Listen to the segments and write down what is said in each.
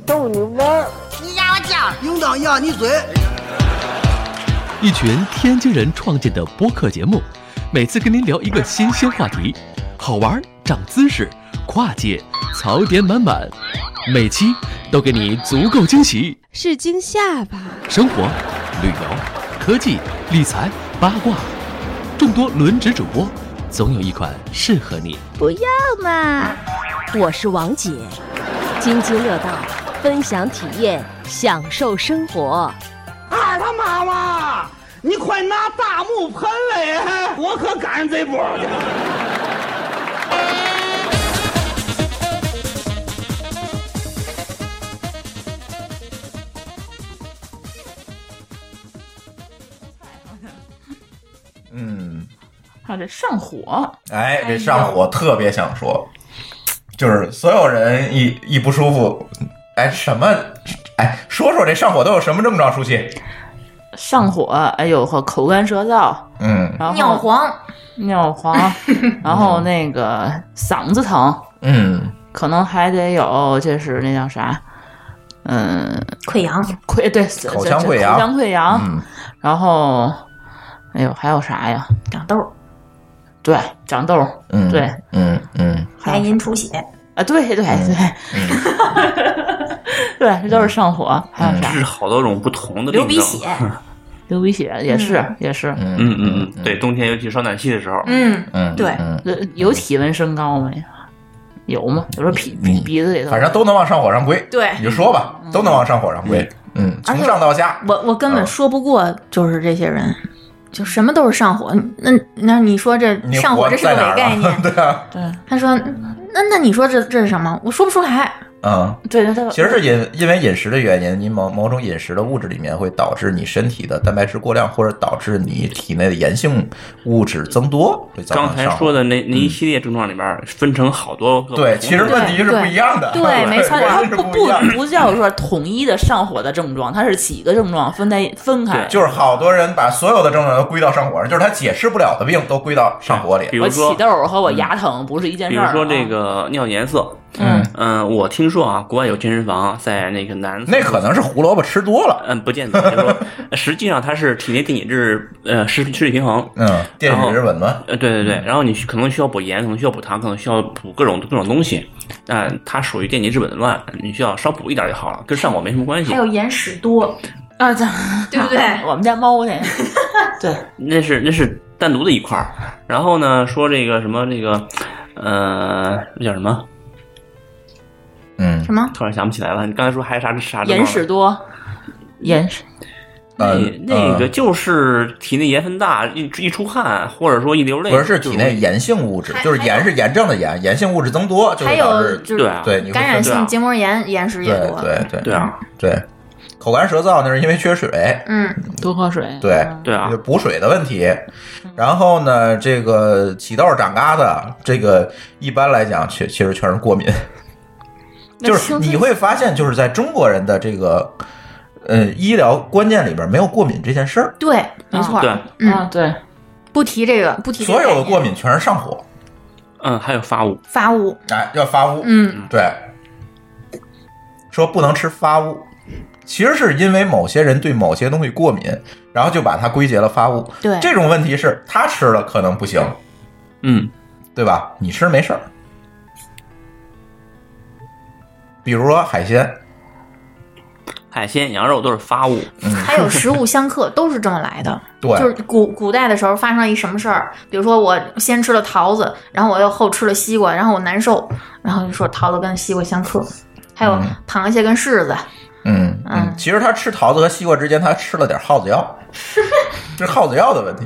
逗你玩。 你压我脚， 应当压你嘴。 一群天津人创建的播客节目，每次跟您聊一个新鲜话题，好玩、长姿势、跨界、槽点满满，每期都给你足够惊喜。 是惊吓吧？ 生活、旅游、科技、理财、八卦，众多轮值主播，总有一款适合你。 不要嘛！我是王姐，津津乐道，分享体验，享受生活。 二他妈妈，你快拿大木盆来，我可赶上这波去了。 这上火， 哎，这上火特别想说，就是所有人一不舒服，哎，什么，哎，说说这上火都有什么症状？舒淇， 上火，哎呦和口干舌燥，然后尿黄，然后那个嗓子疼，可能还得有就是那叫啥， 溃疡， 对， 口腔溃疡，然后，哎呦还有啥呀？ 长痘。 对，长痘，对， 牙龈出血啊，对，对，这都是上火，还有啥？ 这是好多种不同的流鼻血， 流鼻血也是， 对，冬天尤其烧暖气的时候， 对， 有体温升高没？有吗？有时候鼻子里头， 反正都能往上火上归， 对， 你就说吧，都能往上火上归，从上到下， 我根本说不过，就是这些人。就什么都是上火，那你说这上火这是个伪概念， 对啊， 对。 他说，那你说这是什么？我说不出来。 对， 其实是因为饮食的原因，你某种饮食的物质里面会导致你身体的蛋白质过量，或者导致你体内的炎性物质增多，会造成刚才说的那一系列症状里边分成好多个， 对，其实问题是不一样的， 对，没错， 它不叫说统一的上火的症状，它是几个症状分开， 就是好多人把所有的症状都归到上火上，就是他解释不了的病都归到上火里。 比如说我起痘和我牙疼不是一件事儿。 比如说这个尿颜色。我听说啊，国外有健身房在那个那可能是胡萝卜吃多了， 不见得。就是说，实际上它是体内电解质失去平衡， 电解质紊乱， 对，然后你可能需要补盐，可能需要补糖，可能需要补各种东西，它属于电解质紊乱，你需要少补一点就好了，跟上火没什么关系。 还有眼屎多啊， 对不对？ 我们家猫呢？对， 那是单独的一块儿。然后呢，说这个什么这个那叫什么？ 什么？ 突然想不起来了。你刚才说还有啥？ 眼屎多，眼屎。 那个就是体内盐分大，一出汗或者说一流泪， 不是体内炎性物质，就是盐是炎症的炎，炎性物质增多， 还有就是对感染性结膜炎，眼屎也多。 对啊，对。口干舌燥那是因为缺水， 多喝水， 对啊， 补水的问题。然后呢，这个起痘长疙瘩，这个一般来讲其实全是过敏。就是你会发现，就是在中国人的这个医疗观念里边，没有过敏这件事儿。 对，没错。 对， 不提这个， 所有的过敏全是上火。 还有发物， 哎，要发物。对，说不能吃发物，其实是因为某些人对某些东西过敏，然后就把它归结了发物。 对， 这种问题是他吃了可能不行，对吧？你吃没事儿。比如说海鲜、 羊肉都是发物， 还有食物相克，都是这么来的。 对， 就是古代的时候发生了一什么事儿，比如说我先吃了桃子，然后我又后吃了西瓜，然后我难受，然后就说桃子跟西瓜相克。还有螃蟹跟柿子， 其实他吃桃子和西瓜之间，他吃了点耗子药，这是耗子药的问题。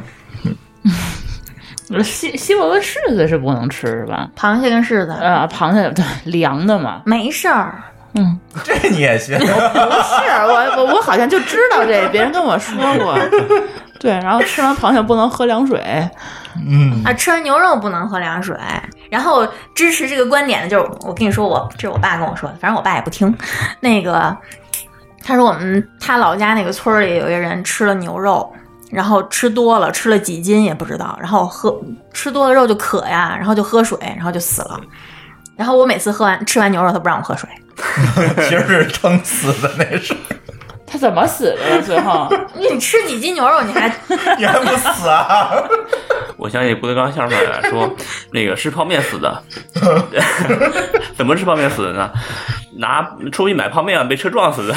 西瓜跟柿子是不能吃是吧？ 螃蟹跟柿子螃蟹对凉的嘛， 没事儿。 这你也信？ 不是我好像就知道这，别人跟我说过。对，然后吃完螃蟹不能喝凉水。 吃完牛肉不能喝凉水。然后支持这个观点的就是我跟你说，这是我爸跟我说的，反正我爸也不听。那个他说他老家那个村里有一个人吃了牛肉。然后吃多了，吃了几斤也不知道，然后吃多了肉就渴呀，然后就喝水，然后就死了。然后我每次吃完牛肉，他不让我喝水， 其实是撑死的，那是。 他怎么死的呀？最后你吃几斤牛肉，你还不死啊？ 我想起郭德纲相声来说，那个吃泡面死的，怎么吃泡面死的呢？出去买泡面被车撞死的。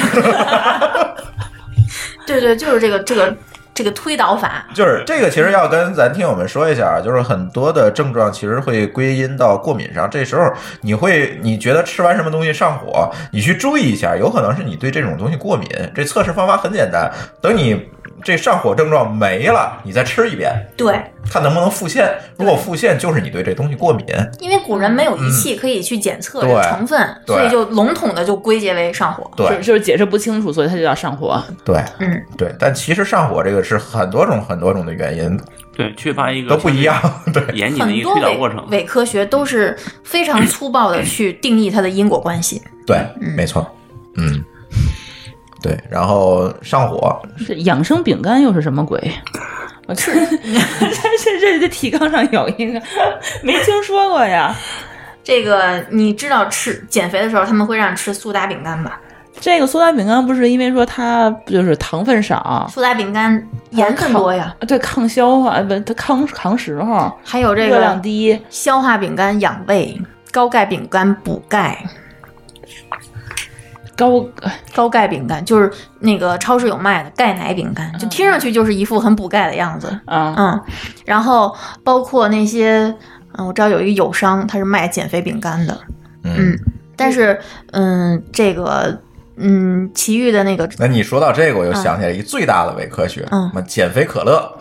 对，就是这个推导法， 就是这个，其实要跟咱听友们说一下，就是很多的症状其实会归因到过敏上。这时候你觉得吃完什么东西上火，你去注意一下，有可能是你对这种东西过敏。这测试方法很简单，等你这上火症状没了，你再吃一遍， 对， 看能不能复现。如果复现，就是你对这东西过敏。 因为古人没有仪器可以去检测这个成分，所以就笼统的就归结为上火。 对， 就是解释不清楚，所以它就叫上火。 对，对。但其实上火这个是很多种的原因。 对，缺乏一个都不一样。对， 严谨的一个推导过程。 伪科学都是非常粗暴的去定义它的因果关系。 对，没错。对，然后上火是养生饼干又是什么鬼？我这提纲上有一个没听说过呀。 这个你知道减肥的时候他们会让你吃苏打饼干吧？ 这个苏打饼干不是因为说它就是糖分少， 苏打饼干盐分多呀。 对，抗消化不，它抗时候。 还有这个热量低， 消化饼干养胃，高钙饼干补钙。高钙饼干就是那个超市有卖的钙奶饼干，就听上去就是一副很补钙的样子。然后包括那些我知道有一个友商，他是卖减肥饼干的。但是这个其余的那个， 那你说到这个，我又想起来一个最大的伪科学，减肥可乐。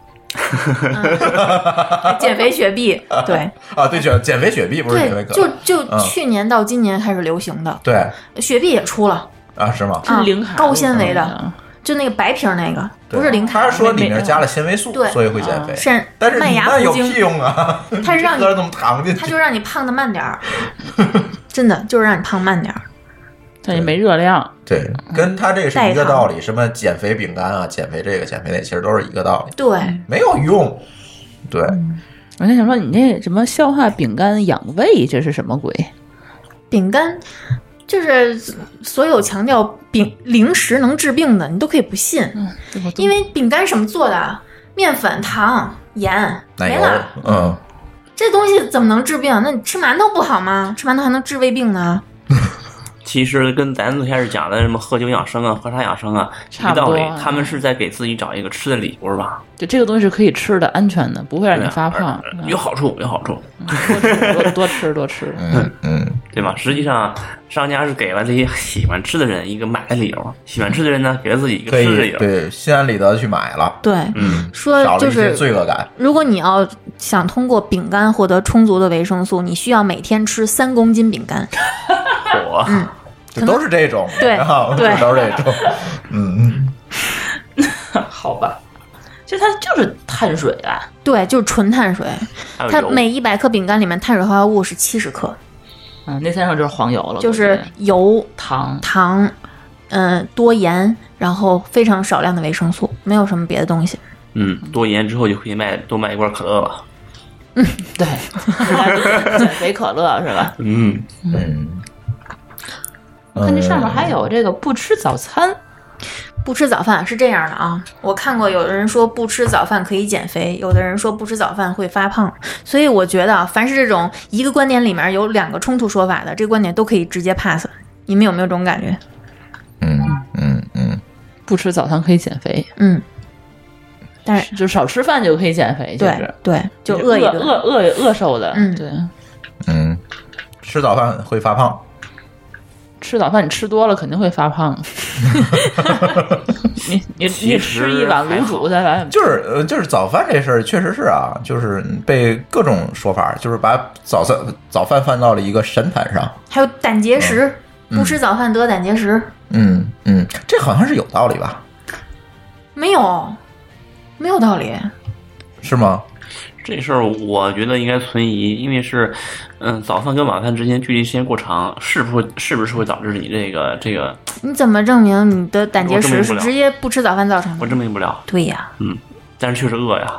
减肥雪碧，对啊，对，减肥雪碧不是减肥可乐， 就去年到今年开始流行的。 对， 雪碧也出了啊，是吗？ 是零卡高纤维的，就那个白瓶那个，不是零卡。 他说里面加了纤维素，所以会减肥。但是麦芽那有屁用啊？ 他是让你喝了那么糖进去， 他就让你胖的慢点儿，真的就是让你胖慢点儿。 它也没热量， 对，跟它这个是一个道理。什么减肥饼干啊，减肥这个减肥那，其实都是一个道理。 对， 没有用。对， 我在想说，你那什么消化饼干养胃，这是什么鬼？ 饼干就是所有强调零食能治病的，你都可以不信，因为饼干什么做的？面粉、糖、盐，没了。这东西怎么能治病？那你吃馒头不好吗？吃馒头还能治胃病呢。 其实跟咱最开始讲的什么喝酒养生啊、喝茶养生啊一个道理，他们是在给自己找一个吃的理由吧？ 就这个东西是可以吃的、安全的，不会让你发胖， 有好处，有好处。 多吃， 对吧？实际上，商家是给了这些喜欢吃的人一个买的理由，喜欢吃的人呢，给了自己一个吃的理由， 对，心安理得去买了。 对，说就是罪恶感。 如果你要想通过饼干获得充足的维生素，你需要每天吃3公斤饼干。 就都是这种， 对， 都是这种， 好吧。其实它就是碳水啊， 对，就是纯碳水。它每100克饼干里面碳水化合物是70克。 那3种就是黄油了， 就是油、 糖， 多盐，然后非常少量的维生素，没有什么别的东西。 多盐之后就可以多卖一罐可乐了。 对，减肥可乐是吧？看这上面还有这个不吃早餐。 不吃早饭是这样的啊，我看过有的人说不吃早饭可以减肥，有的人说不吃早饭会发胖，所以我觉得凡是这种一个观点里面有2个冲突说法的，这个观点都可以直接 pass。你们有没有这种感觉？ 不吃早餐可以减肥， 但是就少吃饭就可以减肥，就是对，就饿一顿， 饿瘦的，对， 吃早饭会发胖。 吃早饭你吃多了肯定会发胖，你吃一碗卤煮再来， 就是早饭这事儿确实是啊，就是被各种说法，就是把早饭放到了一个神坛上。 还有胆结石，不吃早饭得胆结石。 这好像是有道理吧？ 没有道理， 是吗？ 这事儿我觉得应该存疑，因为是，早饭跟晚饭之间距离时间过长，是不是会导致你这个？ 你怎么证明你的胆结石是直接不吃早饭造成的？ 我证明不了。 对呀， 但是确实饿呀。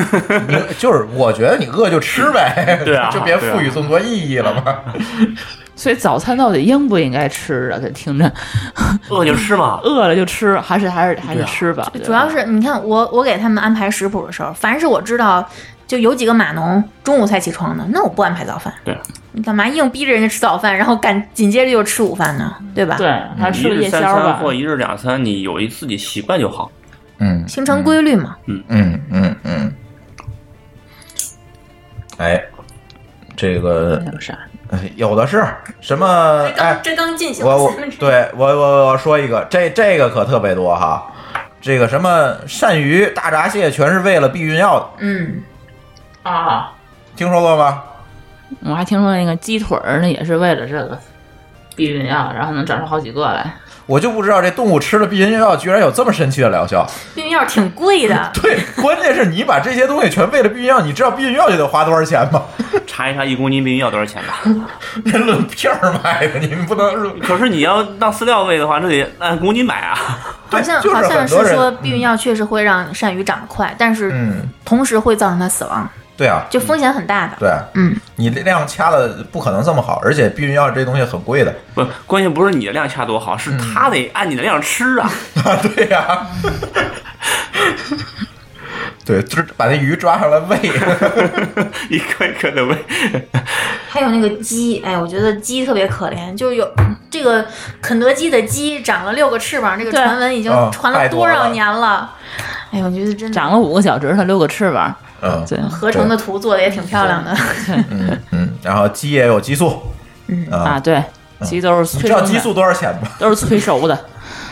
就是我觉得你饿就吃呗， 对啊， 就别赋予这么多意义了嘛。 所以早餐到底应不应该吃啊？这听着， 饿就吃嘛， 饿了就吃，还是吃吧。 主要是你看我给他们安排食谱的时候，凡是我知道就有几个码农中午才起床的，那我不安排早饭。 对， 你干嘛硬逼着人家吃早饭，然后紧接着就吃午饭呢？对吧？ 对，还吃个夜宵吧。 一日3餐或一日2餐，你有自己习惯就好。 形成规律嘛。 哎，这个有啥？ 有的是什么？哎， 这刚进行。 我说一个，这个可特别多哈。这个什么鳝鱼、大闸蟹，全是为了避孕药的。听说过吗？ 我还听说那个鸡腿呢，也是为了这个避孕药，然后能长出好几个来。 我就不知道这动物吃了避孕药居然有这么神奇的疗效。 避孕药挺贵的。 对，关键是你把这些东西全为了避孕药，你知道避孕药就得花多少钱吗？ 查一查1公斤避孕药多少钱吧。 那论片卖的，你们不能。 可是你要当饲料喂的话，这得按公斤买啊。 好像是说避孕药确实会让鳝鱼长得快，但是同时会造成它死亡。 对啊， 就风险很大的。 对，你量掐的不可能这么好，而且避孕药这东西很贵的。 不，关键不是你的量掐多好，是他得按你的量吃啊。 对呀。对，就是把那鱼抓上来喂， 一颗一颗的喂。 还有那个鸡，哎，我觉得鸡特别可怜，就是有这个肯德基的鸡长了6个翅膀，这个传闻已经传了多少年了？哎，我觉得真的长了5个脚趾头，6个翅膀。 对，合成的图做的也挺漂亮的。 然后鸡也有激素。 对，鸡都是催生的。 你知道激素多少钱吗？ 都是催熟的。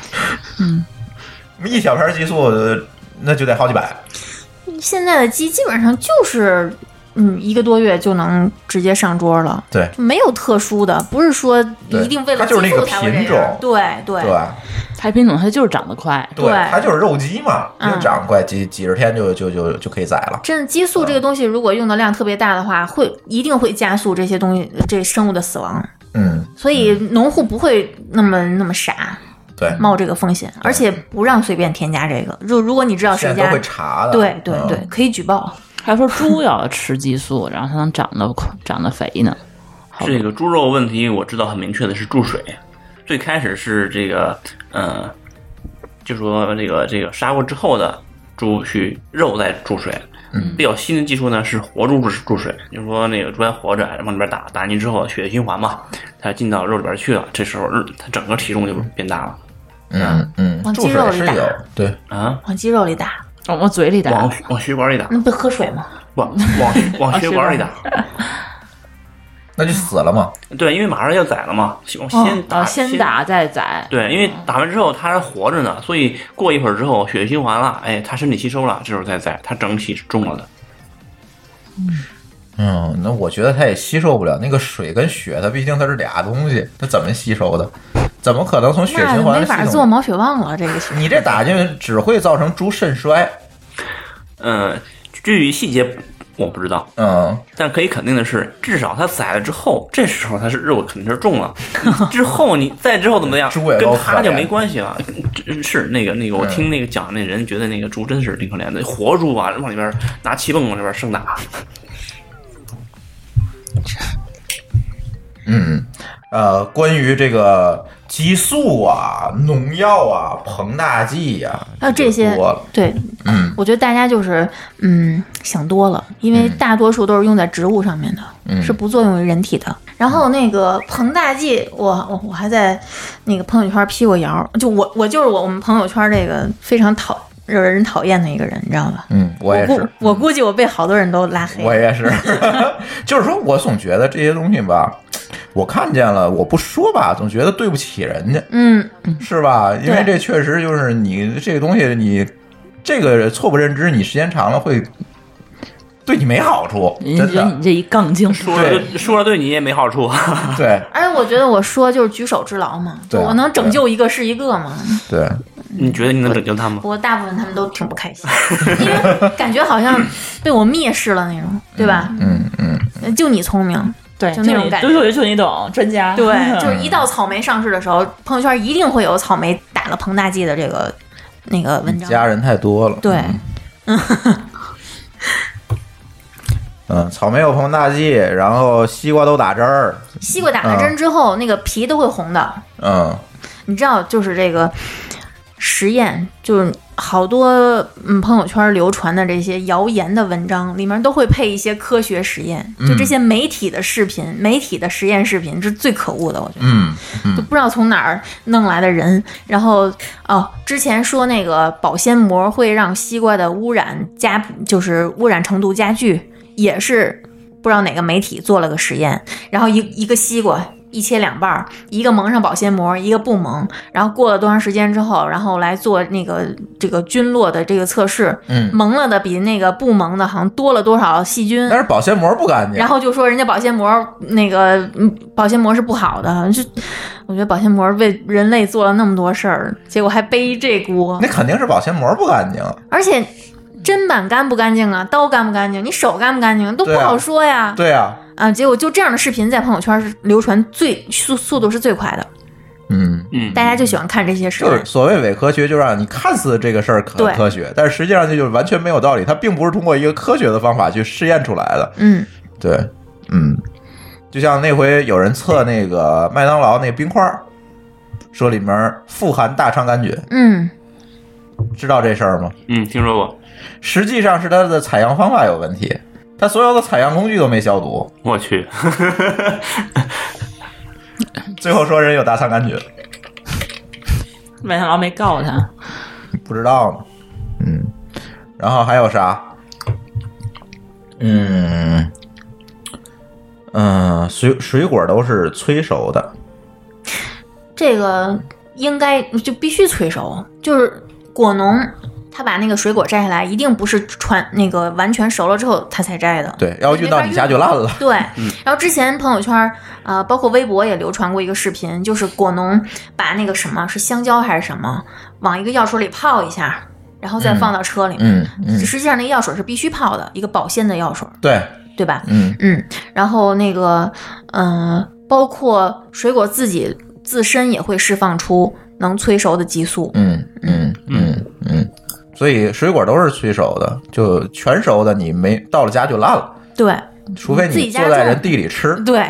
1小瓶激素那就得好几百。 现在的鸡基本上就是1个多月就能直接上桌了。 对， 没有特殊的，不是说一定为了激素才会这样。 它就是那个品种。 对， 它品种它就是长得快。 对，它就是肉鸡嘛，就长得快，几十天就可以宰了。 真的，激素这个东西如果用的量特别大的话，一定会加速这些东西这生物的死亡。所以农户不会那么傻。 对， 冒这个风险，而且不让随便添加这个。如果你知道谁家， 都会查的。 对，可以举报。 还说猪要吃激素，然后它能长得肥呢。 这个猪肉问题我知道很明确的是注水。最开始是这个就说这个杀过之后的猪肉再注水。比较新的技术呢是活猪注水，就是说那个猪还活着，往里边打进去之后，血液循环嘛，它进到肉里边去了，这时候它整个体重就变大了。 往鸡肉里打。 对啊， 往鸡肉里打， 往嘴里打， 往血管里打。 那不喝水吗？ 往血管里打。 那就死了嘛。 对，因为马上要宰了嘛， 先打再宰。 对，因为打完之后它还活着呢，所以过一会儿之后血液循环了，哎，它身体吸收了，这时候再宰，它整体是重了的。 那我觉得它也吸收不了那个水跟血，它毕竟它是俩东西，它怎么吸收的？怎么可能从血循环？ 没法做毛血旺了，这个你这打进去只会造成猪肾衰。 至于细节我不知道，但可以肯定的是，至少它宰了之后，这时候它是肉肯定是重了。之后之后怎么样，跟它就没关系了。是那个，我听那个讲那人觉得那个猪真是挺可怜的，活猪啊，往里边拿气泵往里边生打。 关于这个激素啊、农药啊、膨大剂啊， 还有这些，对，我觉得大家就是想多了，因为大多数都是用在植物上面的，是不作用于人体的。然后那个膨大剂，我还在那个朋友圈辟过谣，就我就是我们朋友圈这个非常惹人讨厌的一个人，你知道吧？ 我也是。 我估计我被好多人都拉黑。 我也是，就是说我总觉得这些东西吧，我看见了，我不说吧，总觉得对不起人家，是吧？因为这确实就是你这个东西，你这个错误认知，你时间长了会对你没好处。真的， 你这一杠精， 说了对你也没好处。 对， 而且我觉得我说就是举手之劳嘛，我能拯救一个是一个嘛。 对。 你觉得你能拯救他吗？ 我大部分他们都挺不开心，因为感觉好像被我蔑视了那种，对吧？就你聪明， 对， 就那种感觉， 就你懂，专家。 对，就是一到草莓上市的时候，朋友圈一定会有草莓打了膨大剂的那个文章。 家人太多了。 对， 草莓有膨大剂，然后西瓜都打针儿。 西瓜打了针之后，那个皮都会红的。你知道，就是这个实验，就是好多朋友圈流传的这些谣言的文章里面都会配一些科学实验，就这些媒体的视频、媒体的实验视频，这是最可恶的，我觉得。就不知道从哪儿弄来的人。然后之前说那个保鲜膜会让西瓜的污染就是污染程度加剧，也是不知道哪个媒体做了个实验，然后一个西瓜一切两半，一个蒙上保鲜膜，一个不蒙，然后过了多长时间之后，然后来做这个菌落的这个测试，蒙了的比那个不蒙的好像多了多少细菌， 但是保鲜膜不干净， 然后就说人家保鲜膜保鲜膜是不好的，我觉得保鲜膜为人类做了那么多事儿，结果还背这锅， 那肯定是保鲜膜不干净， 而且砧板干不干净啊，刀干不干净，你手干不干净都不好说呀。 对啊， 结果就这样的视频在朋友圈是流传速度是最快的。大家就喜欢看这些事。 就是所谓伪科学，就让你看似这个事儿很科学，但是实际上这就是完全没有道理，它并不是通过一个科学的方法去试验出来的。对，就像那回有人测那个麦当劳那冰块，说里面富含大肠杆菌。知道这事儿吗？ 听说过。 实际上是它的采样方法有问题，它所有的采样工具都没消毒。 我去， 最后说人有大肠杆菌。 麦当劳没告他， 不知道呢。然后还有啥？水果都是催熟的， 这个应该就必须催熟，就是果农他把那个水果摘下来，一定不是完全熟了之后他才摘的， 对，要运到你家就烂了。 对，然后之前朋友圈包括微博也流传过一个视频，就是果农把那个什么是香蕉还是什么，往一个药水里泡一下，然后再放到车里面。实际上那个药水是必须泡的，一个保鲜的药水。对吧？然后那个包括水果自身也会释放出能催熟的激素。 所以水果都是催熟的，就全熟的你没到了家就烂了。 对， 除非你坐在人地里吃。 对，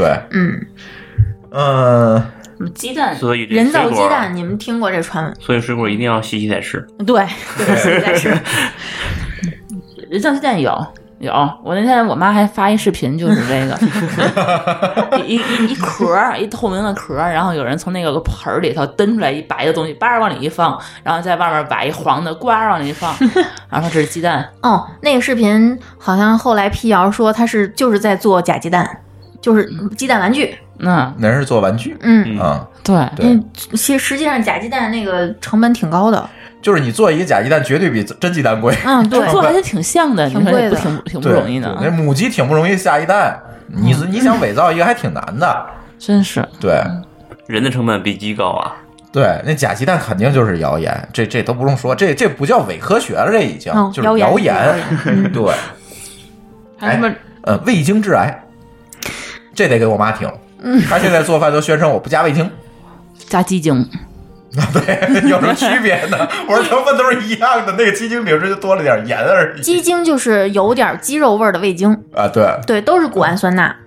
鸡蛋， 所以人造鸡蛋，你们听过这传闻？ 所以水果一定要洗洗再吃。 对，洗洗再吃。 人造鸡蛋有，我那天我妈还发一视频，就是这个一壳，一透明的壳，然后有人从那个盆里头蹬出来一白的东西，叭往里一放，然后在外面把一黄的呱往里一放，然后说这是鸡蛋。 那个视频好像后来辟谣说他就是在做假鸡蛋，就是鸡蛋玩具。 那是做玩具。 对， 其实实际上假鸡蛋那个成本挺高的。 就是你做一个假鸡蛋绝对比真鸡蛋贵。 对， 做还是挺像的， 挺贵的， 挺不容易的。 那母鸡挺不容易下一蛋，你想伪造一个还挺难的， 真是。 对， 人的成本比鸡高啊。 对，那假鸡蛋肯定就是谣言，这都不用说，这不叫伪科学了，这已经就是谣言。对， 还有什么味精致癌，这得给我妈听。她现在做饭都宣称我不加味精， 加鸡精。 对，有什么区别呢？我说成分都是一样的，那个鸡精里边就多了点盐而已。 鸡精就是有点鸡肉味的味精啊， 对，都是谷氨酸钠，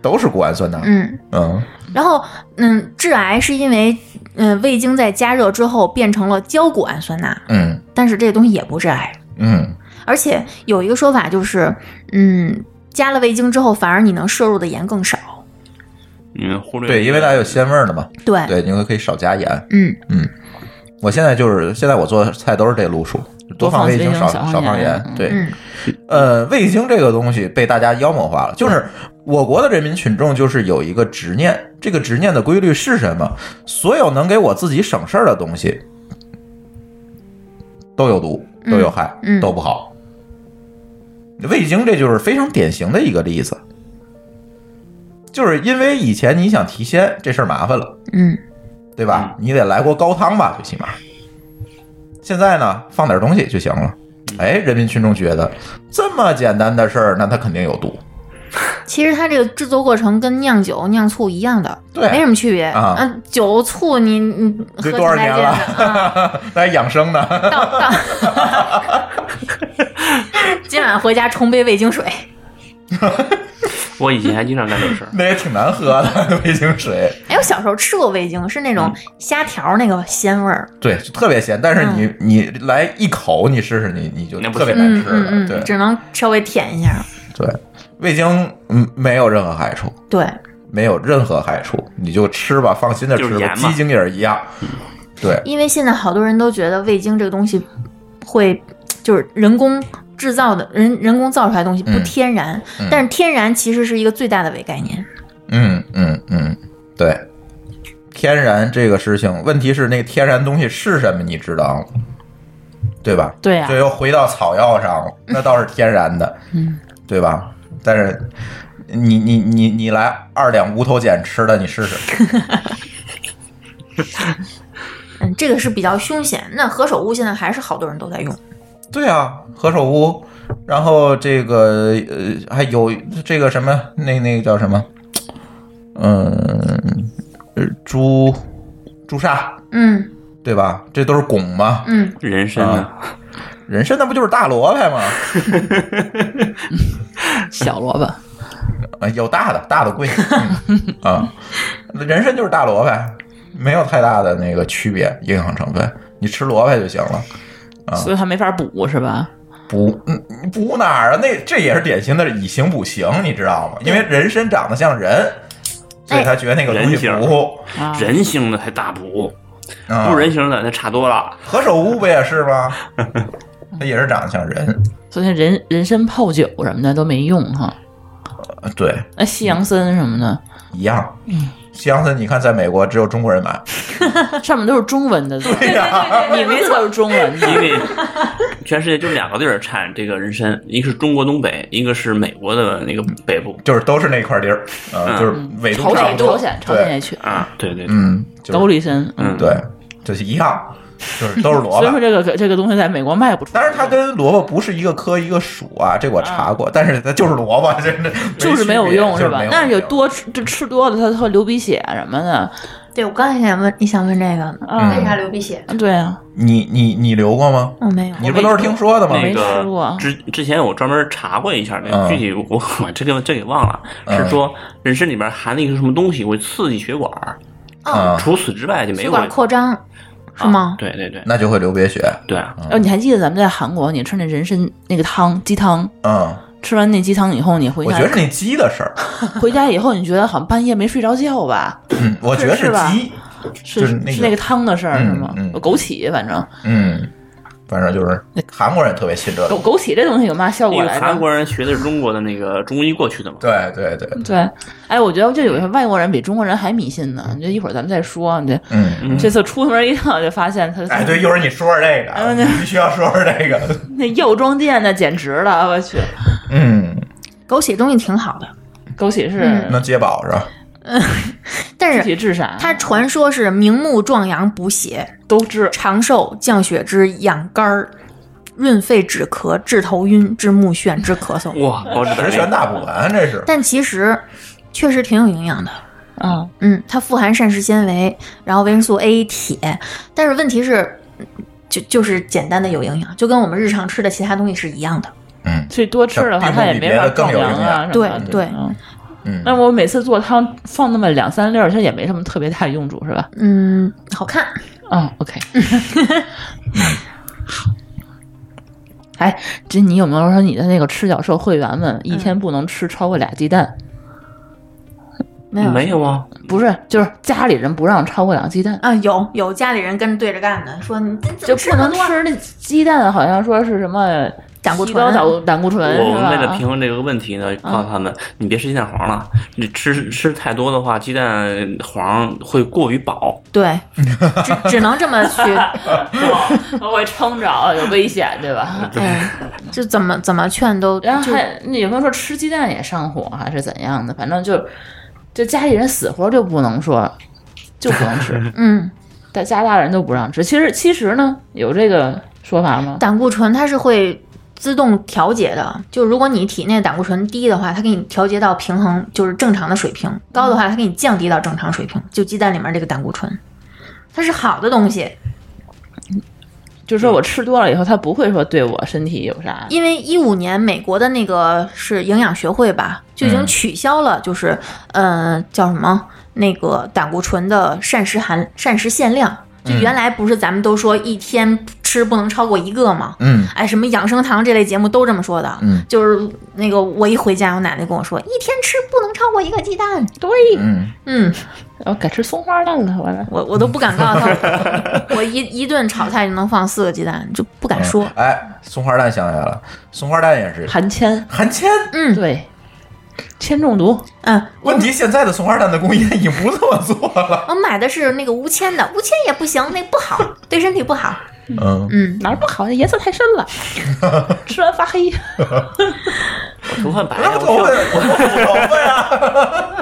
然后致癌是因为味精在加热之后变成了焦谷氨酸钠，但是这个东西也不致癌，而且有一个说法就是，加了味精之后，反而你能摄入的盐更少。 忽略对，因为它有鲜味的嘛。对，你可以少加盐。我现在我做菜都是这路数，多放味精，少放盐。对，味精这个东西被大家妖魔化了，就是我国的人民群众就是有一个执念，这个执念的规律是什么？所有能给我自己省事儿的东西都有毒，都有害，都不好。味精这就是非常典型的一个例子，就是因为以前你想提鲜这事儿麻烦了，对吧？你得来锅高汤吧，最起码。现在呢，放点东西就行了。人民群众觉得这么简单的事儿，那它肯定有毒。 其实它这个制作过程跟酿酒、酿醋一样的， 对， 没什么区别啊。酒醋你喝多少年了？还养生呢。 今晚回家冲杯味精水。 我以前还经常干这事儿， 那也挺难喝的味精水。 哎，我小时候吃过味精，是那种虾条那个鲜味儿， 对，就特别咸。但是你来一口，你试试，你就特别难吃了。对， 只能稍微舔一下。 对，味精没有任何害处。 对， 没有任何害处，你就吃吧，放心的吃吧，鸡精也是一样。对， 因为现在好多人都觉得味精这个东西会就是人工制造的人工造出来的东西不天然，但是天然其实是一个最大的伪概念。 对，天然这个事情，问题是那个天然东西是什么，你知道吗？对吧？ 对呀， 这又回到草药上了，那倒是天然的，对吧？但是你来2两无头碱吃的，你试试。 这个是比较凶险。那何首乌现在还是好多人都在用。 对啊，何首乌，然后这个还有这个什么那个叫什么，朱砂，对吧？这都是汞嘛， 人参呢？ 人参那不就是大萝卜吗？ 小萝卜。 有大的贵人参就是大萝卜，没有太大的那个区别，营养成分，你吃萝卜就行了所以它没法补是吧？ 补哪儿啊？这也是典型的以形补形，你知道吗？因为人参长得像人，所以他觉得那个东西补。 人形的才大补，不人形的那差多了。 何首乌不也是吗？它也是长得像人， 所以人参泡酒什么的都没用哈。 对， 那西洋参什么的一样。西洋参你看在美国只有中国人买， 上面都是中文的。 对呀， 你没都是中文的。 因为全世界就2个地儿产这个人参，一个是中国东北，一个是美国的那个北部， 就是都是那块地儿就是纬度差不多。 朝鲜也去啊，对对， 高丽参， 对，就是一样。就是都是萝卜， 所以说这个东西在美国卖不出。 但是它跟萝卜不是一个科一个属啊，这我查过。但是它就是萝卜， 就是没有用是吧？但是有吃多了，它会流鼻血什么的。 对，我刚才想问，你想问这个为啥流鼻血？ 对啊， 你流过吗？ 我没有， 你不都是听说的吗？ 没吃过。 之前我专门查过一下，那个具体我这给忘了，是说人参里边含了一个什么东西会刺激血管。除此之外就没有。 血管扩张。是吗？ 对对对， 那就会流鼻血。 对啊， 你还记得咱们在韩国，你吃那人参那个汤鸡汤，吃完那鸡汤以后，你回家， 我觉得是那鸡的事儿。 回家以后，你觉得好像半夜没睡着觉吧？ 我觉得是鸡， 是那个汤的事儿是吗？枸杞，反正就是韩国人特别信这个。 枸杞这东西有嘛效果来着？ 韩国人学的是中国的那个中医过去的嘛？ 对。 哎，我觉得就有些外国人比中国人还迷信呢。你这一会儿咱们再说。你这次出门一趟就发现他。 哎，对，一会儿你说说这个，必须要说说这个。 那药妆店那简直了，我去。 枸杞东西挺好的， 枸杞是能解饱是吧？ 但是具体治啥？ 它传说是明目壮阳、补血都治， 长寿、降血脂、养肝、润肺止咳、治头晕、治目眩、治咳嗽。 哇， 十全大补丸这是。 但其实确实挺有营养的。它富含膳食纤维，然后维生素 A、铁，但是问题是，就是简单的有营养，就跟我们日常吃的其他东西是一样的。 所以多吃的话，它也没法壮阳啊。 对。 那我每次做汤放那么2-3粒，其实也没什么特别大的用处，是吧？ 好看。 OK。哎，这你有没有说你的那个吃角兽会员们一天不能吃超过2鸡蛋？ 没有啊， 不是，就是家里人不让超过2鸡蛋啊。有家里人跟着对着干的，说你就不能吃那鸡蛋，好像说是什么。胆固醇， 我们为了平衡这个问题呢，告诉他们，你别吃鸡蛋黄了，你吃太多的话，鸡蛋黄会过于饱。 对，只能这么去， 会撑着，有危险，对吧？ 就怎么劝都。 然后有没有说吃鸡蛋也上火，还是怎样的？反正就家里人死活就不能说，就不能吃。但家大人都不让吃。其实呢，有这个说法吗？ 胆固醇它是会自动调节的，就如果你体内胆固醇低的话，它给你调节到平衡，就是正常的水平；高的话，它给你降低到正常水平。就鸡蛋里面这个胆固醇，它是好的东西， 就是说我吃多了以后，它不会说对我身体有啥。 因为15年美国的那个是营养学会吧，就已经取消了，就是叫什么那个胆固醇的膳食限量。就原来不是咱们都说一天吃不能超过1个吗？什么养生堂这类节目都这么说的。就是那个我一回家，我奶奶跟我说，一天吃不能超过1个鸡蛋。 对，然后改吃松花蛋了， 我都不敢告诉他，我一顿炒菜就能放4个鸡蛋，就不敢说。 松花蛋想起来了，松花蛋也是含铅，对。铅中毒。 问题现在的松花蛋的工业已经不这么做了。 我买的是那个无铅的，无铅也不行，那不好，对身体不好。 哪儿不好？颜色太深了，吃完发黑。 我头发白， 我头发呀。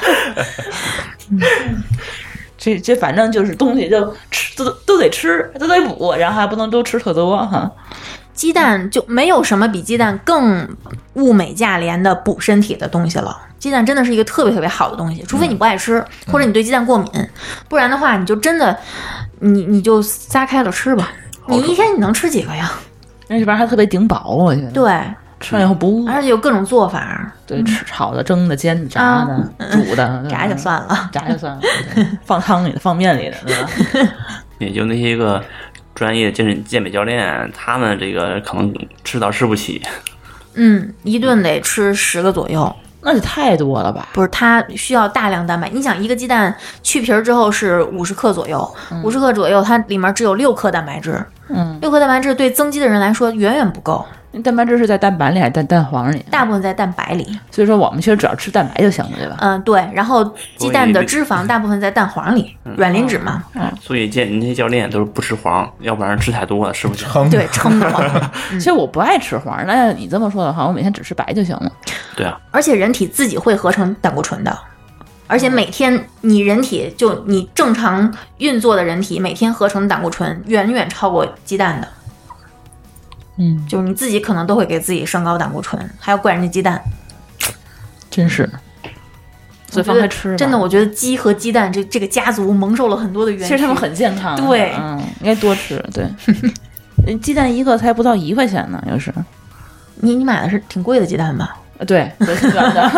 这反正就是东西就吃都得吃，都得补，然后还不能都吃特多哈。 鸡蛋就没有什么比鸡蛋更物美价廉的补身体的东西了。鸡蛋真的是一个特别特别好的东西，除非你不爱吃，或者你对鸡蛋过敏，不然的话你就真的你就撒开了吃吧。你一天你能吃几个呀？ 那这玩意儿还特别顶饱，我觉得。对，吃完以后不饿， 而且有各种做法。 对，吃炒的、蒸的、煎的、炸的、煮的， 炸就算了， 炸就算了，放汤里的、放面里的，对吧？ 也就那些个专业健美教练，他们这个可能吃到吃不起。 一顿得吃10个左右。 那就太多了吧？ 不是，它需要大量蛋白。你想，一个鸡蛋去皮儿之后是50克左右，50克左右，它里面只有6克蛋白质。6克蛋白质对增肌的人来说远远不够。 蛋白质是在蛋白里还是蛋黄里？ 大部分在蛋白里。 所以说我们其实只要吃蛋白就行了，对吧？ 对。然后鸡蛋的脂肪大部分在蛋黄里，软磷脂嘛。 所以见那些教练都是不吃黄，要不然吃太多了吃不消。 对，撑的慌。 其实我不爱吃黄，那你这么说的话，我每天只吃白就行了。 对啊。 而且人体自己会合成胆固醇的。而且每天你人体就你正常运作的人体每天合成的胆固醇远远超过鸡蛋的。就是你自己可能都会给自己升高胆固醇，还要怪人家鸡蛋， 真是。所以放开吃吧。 真的，我觉得鸡和鸡蛋这个家族蒙受了很多的冤屈。 其实他们很健康。 对， 应该多吃。对，鸡蛋1个才不到1块钱呢，有时。 你买的是挺贵的鸡蛋吧？ 对，挺贵的。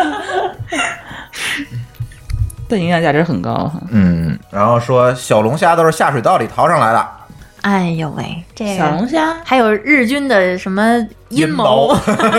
但营养价值很高。 然后说小龙虾都是下水道里淘上来的。 哎呦喂，这个小龙虾还有日军的什么阴谋？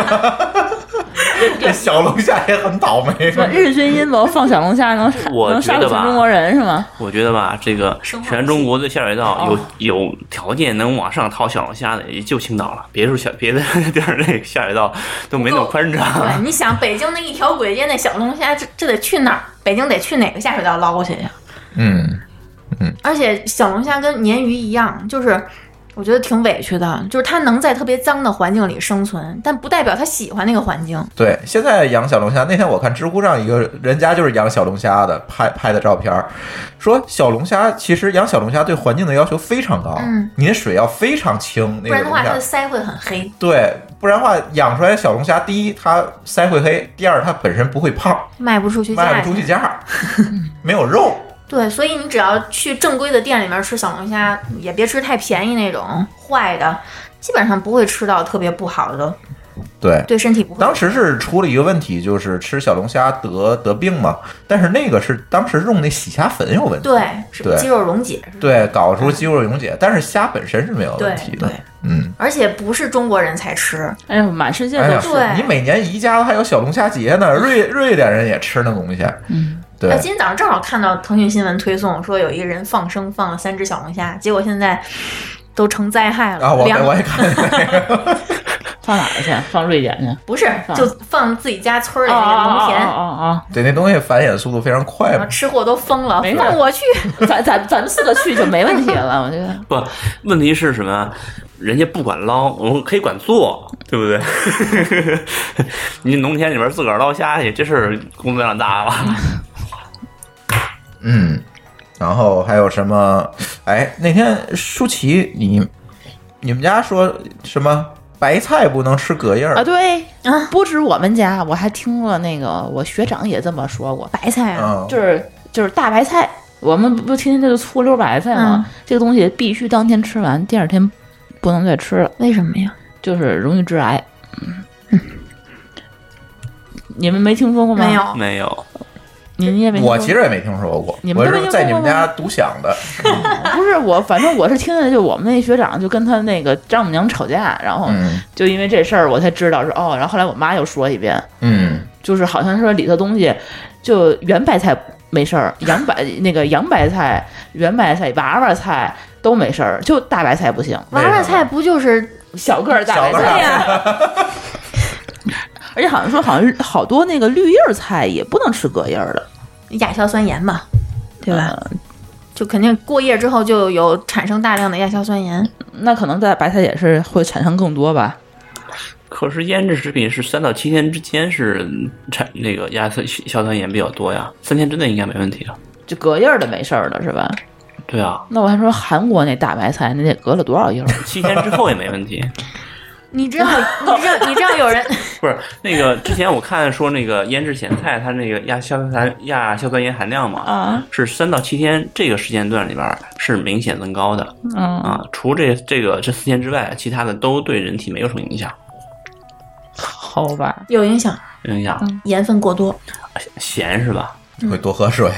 这小龙虾也很倒霉。 日军阴谋放小龙虾能杀死中国人是吗？ 我觉得吧，这个全中国的下水道有条件能往上掏小龙虾的也就青岛了，别的地儿那下水道都没那么宽敞。 对，你想北京那一条轨街那小龙虾，这得去哪儿？北京得去哪个下水道捞过去呀？而且小龙虾跟鲶鱼一样，就是我觉得挺委屈的，就是它能在特别脏的环境里生存，但不代表它喜欢那个环境。 对，现在养小龙虾，那天我看知乎上一个人家就是养小龙虾的拍的照片，说小龙虾其实养小龙虾对环境的要求非常高，你的水要非常清， 不然的话它的鳃会很黑。 对，不然的话养出来的小龙虾，第一它鳃会黑，第二它本身不会胖， 卖不出去价， 没有肉。 对，所以你只要去正规的店里面吃小龙虾，也别吃太便宜那种坏的，基本上不会吃到特别不好的。对身体不会。 当时是出了一个问题，就是吃小龙虾得病嘛，但是那个是当时用那洗虾粉有问题， 对，是肌肉溶解， 对，搞出肌肉溶解，但是虾本身是没有问题的。 对，而且不是中国人才吃， 哎呀，满世界都是。 对， 你每年宜家还有小龙虾节呢，瑞典人也吃那东西。对， 今天早上正好看到腾讯新闻推送说有一个人放生放了3只小龙虾，结果现在都成灾害了。 我也看见那个。 放哪儿去？放瑞典去？ 不是，就放自己家村里那个农田。 对，那东西繁衍速度非常快嘛， 吃货都疯了。放我去， 咱们4个去就没问题了，我觉得。 不，问题是什么？人家不管捞，我们可以管做，对不对？你农田里边自个儿捞虾去，这事儿工作量大了。 然后还有什么？哎，那天舒淇，你们家说什么白菜不能吃隔夜啊？ 对啊，不止我们家，我还听了那个我学长也这么说过。 白菜啊， 就是大白菜， 我们不天天这个醋溜白菜吗？这个东西必须当天吃完，第二天不能再吃了。 为什么呀？ 就是容易致癌。你们没听说过吗？ 没有。 你也没听说过？ 我其实也没听说过， 你们我是在你们家独享的。 不是我，反正我是听见就我们那学长就跟他那个丈母娘吵架，然后就因为这事儿我才知道是然后后来我妈又说一遍，就是好像说里头东西就圆白菜没事儿，洋白菜、圆白菜、娃娃菜都没事儿，就大白菜不行。 娃娃菜不就是小个儿大白菜呀？而且好像好多那个绿叶菜也不能吃隔叶的， 亚硝酸盐嘛，对吧？就肯定过夜之后就有产生大量的亚硝酸盐。 那可能在白菜也是会产生更多吧。 可是腌制食品是3到7天之间是产那个亚硝酸盐比较多呀，3天之内应该没问题的。 就隔夜的没事儿的是吧？ 对啊。 那我还说韩国那大白菜那得隔了多少夜 ？7天之后也没问题。 你知道有人不是那个之前我看说那个腌制咸菜，它那个亚硝酸盐含量嘛，是3到7天这个时间段里边是明显增高的。除这4天之外，其他的都对人体没有什么影响。 好吧， 有影响，盐分过多， 咸是吧？ 会多喝水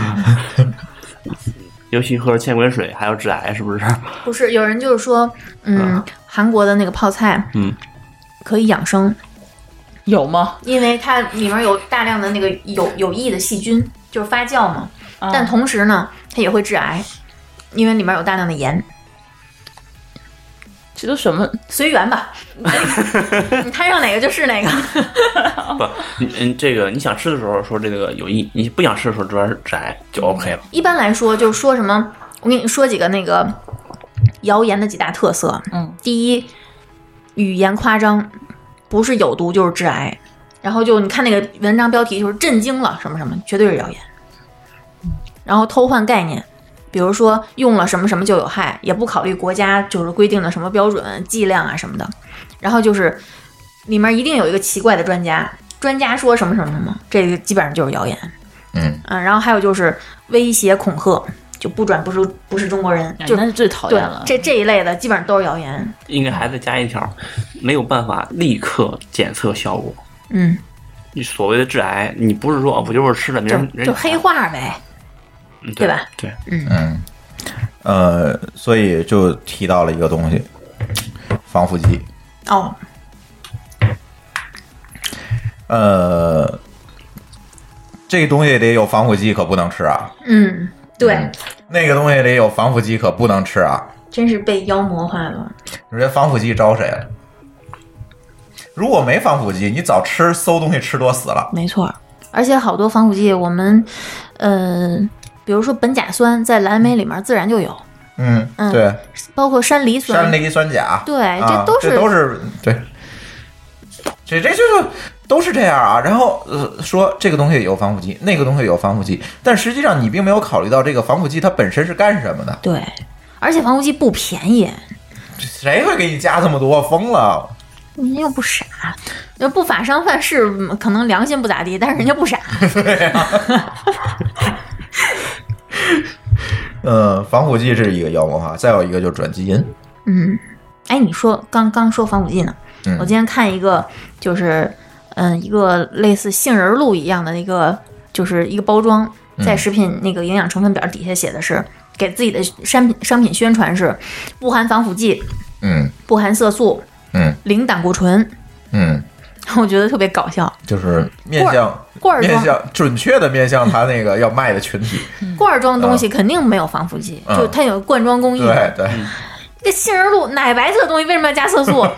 尤其喝芡滚水还要致癌，是不是？ 不是，有人就是说，韩国的那个泡菜，可以养生， 有吗？ 因为它里面有大量的那个有益的细菌，就是发酵嘛。但同时呢，它也会致癌，因为里面有大量的盐。 这都什么？ 随缘吧，你摊上哪个就是哪个。 不，这个你想吃的时候说这个有益，你不想吃的时候主要是致癌就 OK 了。 一般来说，就是说什么，我给你说几个那个谣言的几大特色。第一，语言夸张，不是有毒就是致癌。然后就你看那个文章标题就是震惊了什么什么，绝对是谣言。然后偷换概念。比如说用了什么什么就有害，也不考虑国家就是规定的什么标准剂量啊什么的，然后就是里面一定有一个奇怪的专家说什么什么什么，这个基本上就是谣言。然后还有就是威胁恐吓，就不是中国人，就那是最讨厌了。 这一类的基本上都是谣言。 应该还得加一条，没有办法立刻检测效果。你所谓的致癌，你不是说我就是吃了就黑话呗。对吧？ 对， 所以就提到了一个东西，防腐剂。这个东西得有防腐剂，可不能吃啊。 对， 那个东西得有防腐剂，可不能吃啊。 真是被妖魔化了。 你说防腐剂招谁了？如果没防腐剂，你早吃馊东西吃多死了。 没错，而且好多防腐剂我们比如说苯甲酸在蓝莓里面自然就有， 对， 包括山梨酸钾， 对， 这都是对，这就是都是这样啊。然后说这个东西有防腐剂，那个东西有防腐剂，但实际上你并没有考虑到这个防腐剂它本身是干什么的。 对，而且防腐剂不便宜， 谁会给你加这么多？疯了！ 人家又不傻，就不法商贩是可能良心不咋地，但是人家不傻。 对啊。防腐剂是一个妖魔化，再有一个就是转基因。 你说刚说防腐剂呢，我今天看一个就是一个类似杏仁露一样的一个就是一个包装，在食品那个营养成分表底下写的是给自己的商品宣传是不含防腐剂，不含色素，零胆固醇，我觉得特别搞笑， 就是面向准确的面向他那个要卖的群体。 罐装东西肯定没有防腐剂，就它有罐装工艺。 对， 这杏仁露奶白色的东西为什么要加色素？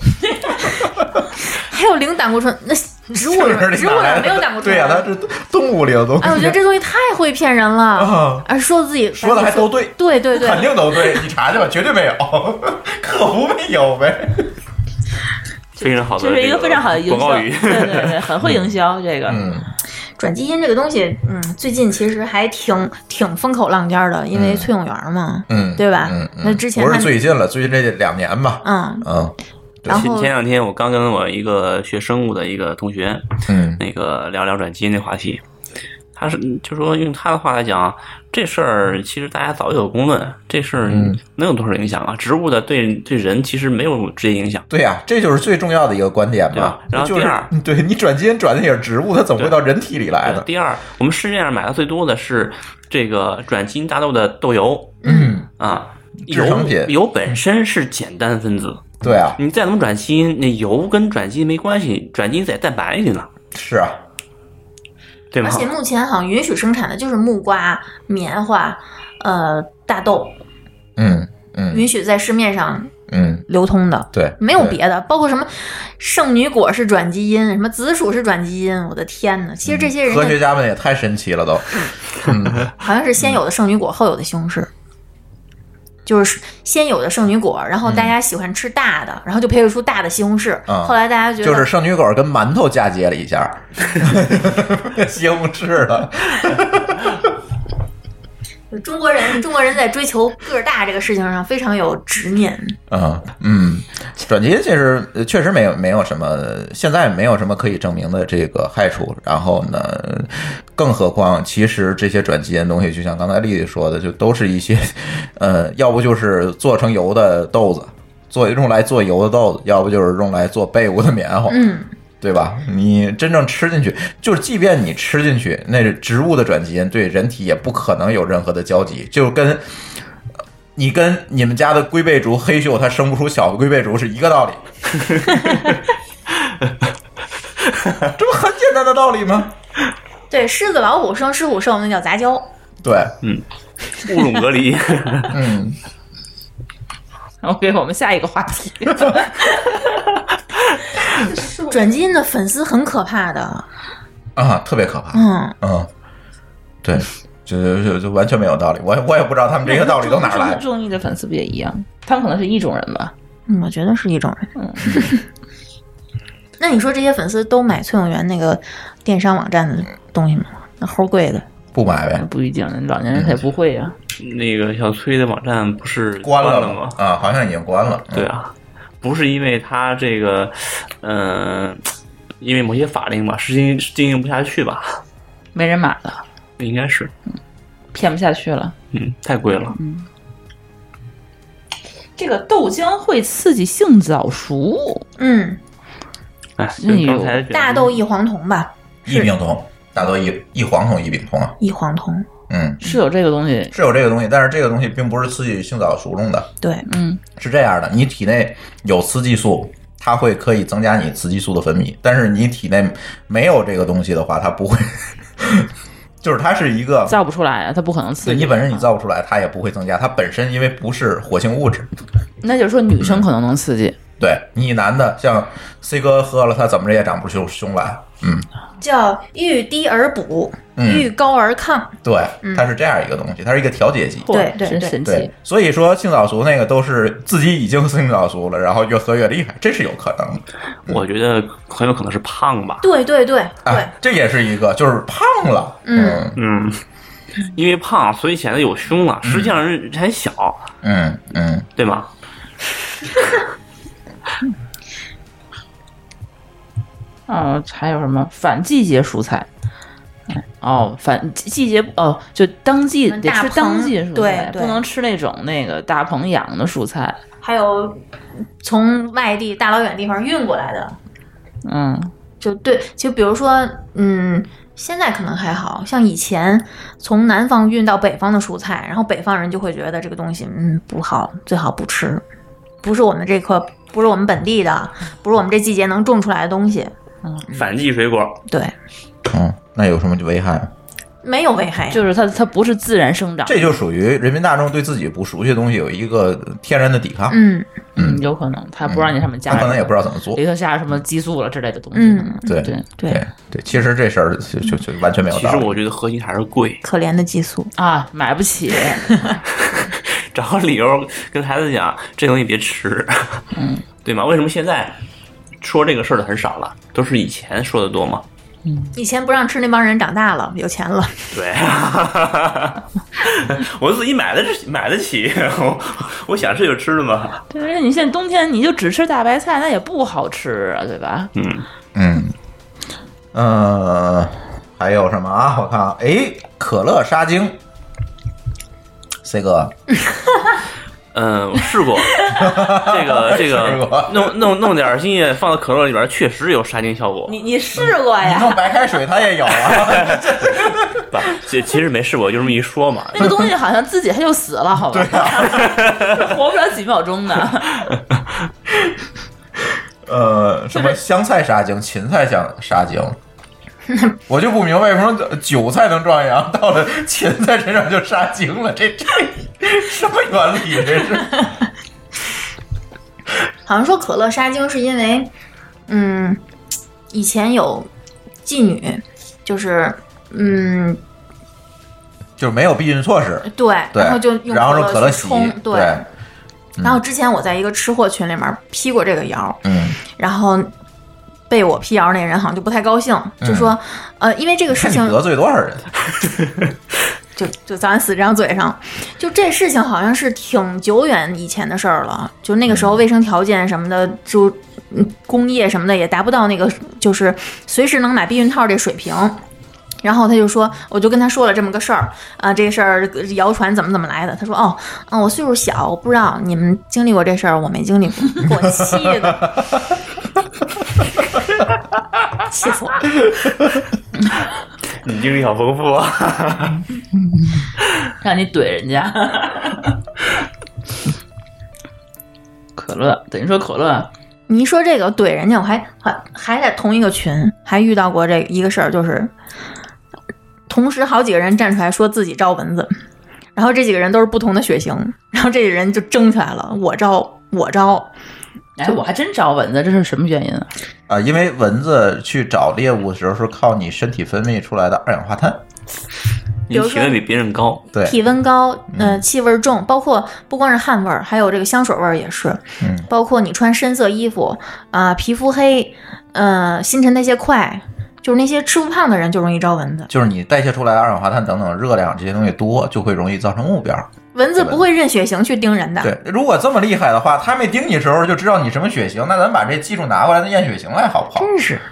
还有零胆固醇，那植物哪没有胆固醇？ 对呀，它是动物里的东西。 我觉得这东西太会骗人了，说自己说的还都对， 对， 肯定都对，你查去吧，绝对没有，可不没有呗。 非常好的， 这是一个非常好的营销，对，很会营销这个。 转基因这个东西，最近其实还挺风口浪尖的，因为崔永元嘛，对吧？那之前不是最近了，最近这2年吧。 然后前2天我刚跟我一个学生物的一个同学，那个聊转基因的话题，他是就说用他的话来讲， 这事儿其实大家早就有公论，这事儿能有多少影响啊？植物的对人其实没有直接影响。 对呀，这就是最重要的一个观点嘛。 然后第二， 对你转基因转的也是植物，它怎么会到人体里来的？ 第二，我们市面上买的最多的是这个转基因大豆的豆油， 制成品油本身是简单分子。 对啊， 你再怎么转基因，那油跟转基因没关系，转基因在蛋白里呢。 是啊。 对吗？ 而且目前好像允许生产的就是木瓜、棉花、大豆，允许在市面上流通的， 对， 没有别的，包括什么圣女果是转基因，什么紫薯是转基因，我的天哪！其实这些人科学家们也太神奇了都， 好像是先有的圣女果，后有的西红柿。就是先有的圣女果，然后大家喜欢吃大的，然后就培育出大的西红柿。后来大家觉得就是圣女果跟馒头嫁接了一下，西红柿了。 中国人在追求个儿大这个事情上非常有执念。 转基因其实确实没有什么，现在没有什么可以证明的这个害处。然后呢，更何况其实这些转基因东西，就像刚才丽丽说的，就都是一些要不就是做成油的豆子，用来做油的豆子，要不就是用来做被窝的棉花。对吧？你真正吃进去，就是即便你吃进去，那植物的转基因对人体也不可能有任何的交集，就跟你跟你们家的龟背竹黑鹫它生不出小的龟背竹是一个道理。这不很简单的道理吗？ 对，狮子老虎生狮虎兽那叫杂交。 对， 物种隔离。 OK， 我们下一个话题。 转基因的粉丝很可怕的啊，特别可怕。对，就完全没有道理。我也不知道他们这些道理都哪来。 中医的粉丝不也一样？他们可能是一种人吧？ 我觉得是一种人。那你说这些粉丝都买崔永元那个电商网站的东西吗？那齁贵的。 不买呗？ 不一定，老年人他也不会呀。 那个小崔的网站不是关了吗？ 啊，好像已经关了。 对啊。不是因为他这个，因为某些法令吧，是经营不下去吧？ 没人买了， 应该是， 骗不下去了。 太贵了。 这个豆浆会刺激性早熟。 刚才大豆异黄酮吧？ 异丙酮，大豆异黄酮、异丙酮啊。 异黄酮。 是有这个东西， 但是这个东西并不是刺激性早熟用的。 对， 是这样的，你体内有雌激素，它会可以增加你雌激素的分泌，但是你体内没有这个东西的话，它不会，就是它是一个造不出来啊，它不可能刺激。 你本身你造不出来，它也不会增加，它本身因为不是活性物质。 那就是说女生可能能刺激， 对你男的像 C 哥喝了，他怎么着也长不出胸来。 叫遇低而补，遇高而抗。 对，它是这样一个东西，它是一个调节剂。 对， 真神奇。 所以说性早熟那个都是自己已经性早熟了，然后越喝越厉害，这是有可能的。 我觉得很有可能是胖吧。 对， 这也是一个，就是胖了。 因为胖，所以显得有胸了，实际上人还小。对吗？ 还有什么反季节蔬菜？反季节就当季得吃当季蔬菜，不能吃那种大棚养的蔬菜。 还有从外地大老远地方运过来的，就比如说，现在可能还好像以前从南方运到北方的蔬菜，然后北方人就会觉得这个东西不好，最好不吃，不是我们这颗，不是我们本地的，不是我们这季节能种出来的东西。 反季水果。 对。 那有什么危害吗？ 没有危害， 就是它不是自然生长， 这就属于人民大众对自己不熟悉的东西有一个天然的抵抗。 有可能他不让你上面加， 他可能也不知道怎么做， 里头下什么激素了之类的东西。 对，其实这事儿就完全没有道理。 其实我觉得核心还是贵， 可怜的激素啊，买不起。 找个理由跟孩子讲，这东西别吃，对吗？为什么现在说这个事儿的很少了，都是以前说的多吗？ 以前不让吃那帮人长大了，有钱了。 对，我自己买得起，我想吃就吃了嘛。 对，你现在冬天你就只吃大白菜，那也不好吃啊，对吧？ 还有什么啊？我看可乐沙精， ，C 哥。 我试过，这个弄点精液放到可乐里边，确实有杀精效果。 你试过呀？ 你弄白开水它也有啊。 不，其实没试过，就这么一说嘛。 那个东西好像自己它就死了，好吧？ 对啊， 活不了几秒钟的。 什么香菜杀精、芹菜杀精。我就不明白为什么韭菜能壮阳，到了芹菜身上就杀精了，这什么原理？这是？ 好像说可乐杀精是因为，以前有妓女，就是就是没有避孕措施， 对，然后就用可乐洗， 对。然后之前我在一个吃货群里面批过这个谣，然后。被我辟谣那人好像就不太高兴，就说，因为这个事情得罪多少人， 就咱死这张嘴上，就这事情好像是挺久远以前的事儿了，就那个时候卫生条件什么的，就工业什么的也达不到那个就是随时能买避孕套这水平。然后他就说，我就跟他说了这么个事儿啊，这个事儿谣传怎么来的？他说，我岁数小，我不知道你们经历过这事儿，我没经历过，给我气的。气死我了！ 你经历好丰富啊， 让你怼人家。可乐，等于说可乐。 你一说这个怼人家，我还在同一个群还遇到过这一个事儿，就是同时好几个人站出来说自己招蚊子，然后这几个人都是不同的血型，然后这个人就争起来了，我招。 哎，我还真招蚊子，这是什么原因啊？ 因为蚊子去找猎物的时候是靠你身体分泌出来的二氧化碳， 你体温比别人高， 对， 体温高，气味重，包括不光是汗味儿，还有这个香水味儿也是，包括你穿深色衣服皮肤黑，新陈代谢快，就是那些吃不胖的人就容易招蚊子， 就是你代谢出来的二氧化碳等等热量这些东西多，就会容易造成目标。 蚊子不会认血型去叮人的。 对，如果这么厉害的话，他没叮你时候就知道你什么血型，那咱把这技术拿过来，验血型来好不好？ 真是。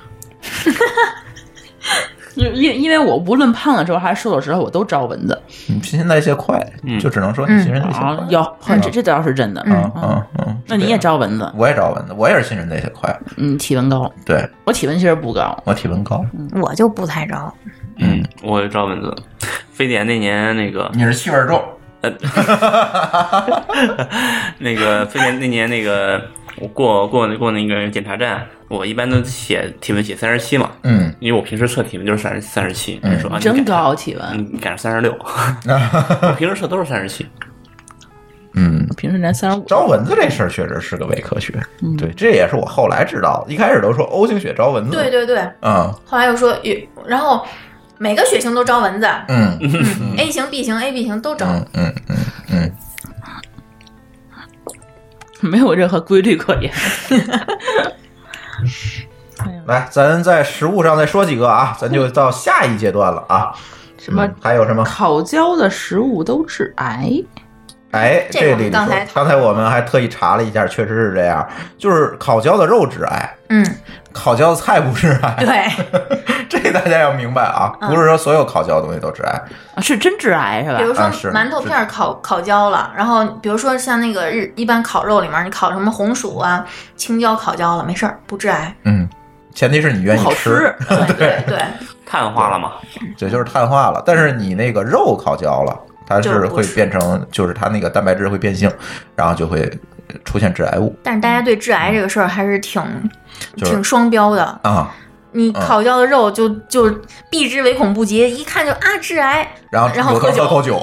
因为我无论胖的时候还是瘦的时候，我都招蚊子。 你新陈代谢快，就只能说你新陈代谢快。 有，这倒是真的。那你也招蚊子？ 我也招蚊子，我也是新陈代谢快。 体温高。对，我体温其实不高， 我体温高， 我就不太招。 我也招蚊子。非典那年那个， 你是气味重。 那个非典那年那个，我过那个检查站，我一般都写体温写37嘛，因为我平时测体温就是37，说真高体温， 你赶上36，我平时测都是37。 平时连35。 招蚊子这事儿确实是个伪科学，对，这也是我后来知道的。一开始都说 O 型血招蚊子， 对，后来又说，然后每个血型都招蚊子，A 型、B 型、AB 型都招， 没有任何规律可言。 来，咱在食物上再说几个啊，咱就到下一阶段了啊。 什么？ 还有什么？ 烤焦的食物都致癌。 哎，这里刚才我们还特意查了一下，确实是这样，就是烤焦的肉致癌，烤焦的菜不致癌， 对， 这大家要明白啊，不是说所有烤焦的东西都致癌， 是真致癌是吧？ 比如说馒头片烤焦了，然后比如说像那个一般烤肉里面，你烤什么红薯啊、青椒烤焦了，没事儿，不致癌。 前提是你愿意吃， 对， 碳化了嘛， 对，就是碳化了，但是你那个肉烤焦了。它是会变成，就是它那个蛋白质会变性，然后就会出现致癌物。 但是大家对致癌这个事儿还是挺双标的啊。你烤焦的肉就避之唯恐不及，一看就致癌，然后喝酒，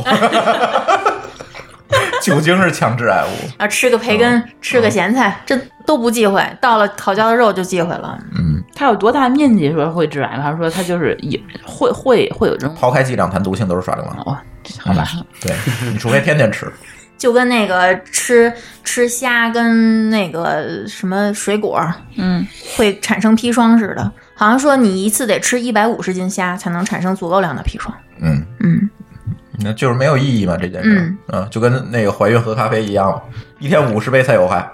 酒精是强致癌物啊。吃个培根，吃个咸菜，这都不忌讳，到了烤焦的肉就忌讳了。 它有多大面积说会致癌吗？还是说它就是会有这种？ 抛开剂量谈毒性都是耍流氓。好吧， 对，你除非天天吃， 就跟那个吃虾跟那个什么水果，会产生砒霜似的。好像说你一次得吃150斤虾才能产生足够量的砒霜。 那就是没有意义嘛，这件事。就跟那个怀孕喝咖啡一样，一天50杯才有害，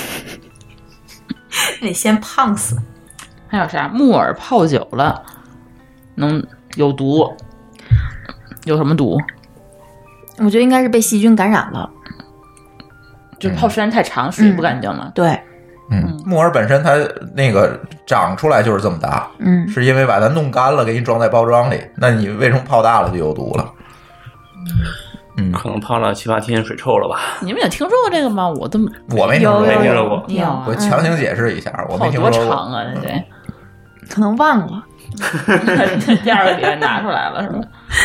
得先胖死。 还有啥？木耳泡久了能有毒？有什么毒？ 我觉得应该是被细菌感染了， 就泡时间太长，水不干净了。 对。 木耳本身它那个长出来就是这么大，是因为把它弄干了，给你装在包装里。那你为什么泡大了就有毒了？ 可能泡了7、8天，水臭了吧？ 你们有听说过这个吗？我没听说过。 你有？ 我强行解释一下，我没听说过。 好多长啊，这可能忘了。 第二个礼拜拿出来了是吧？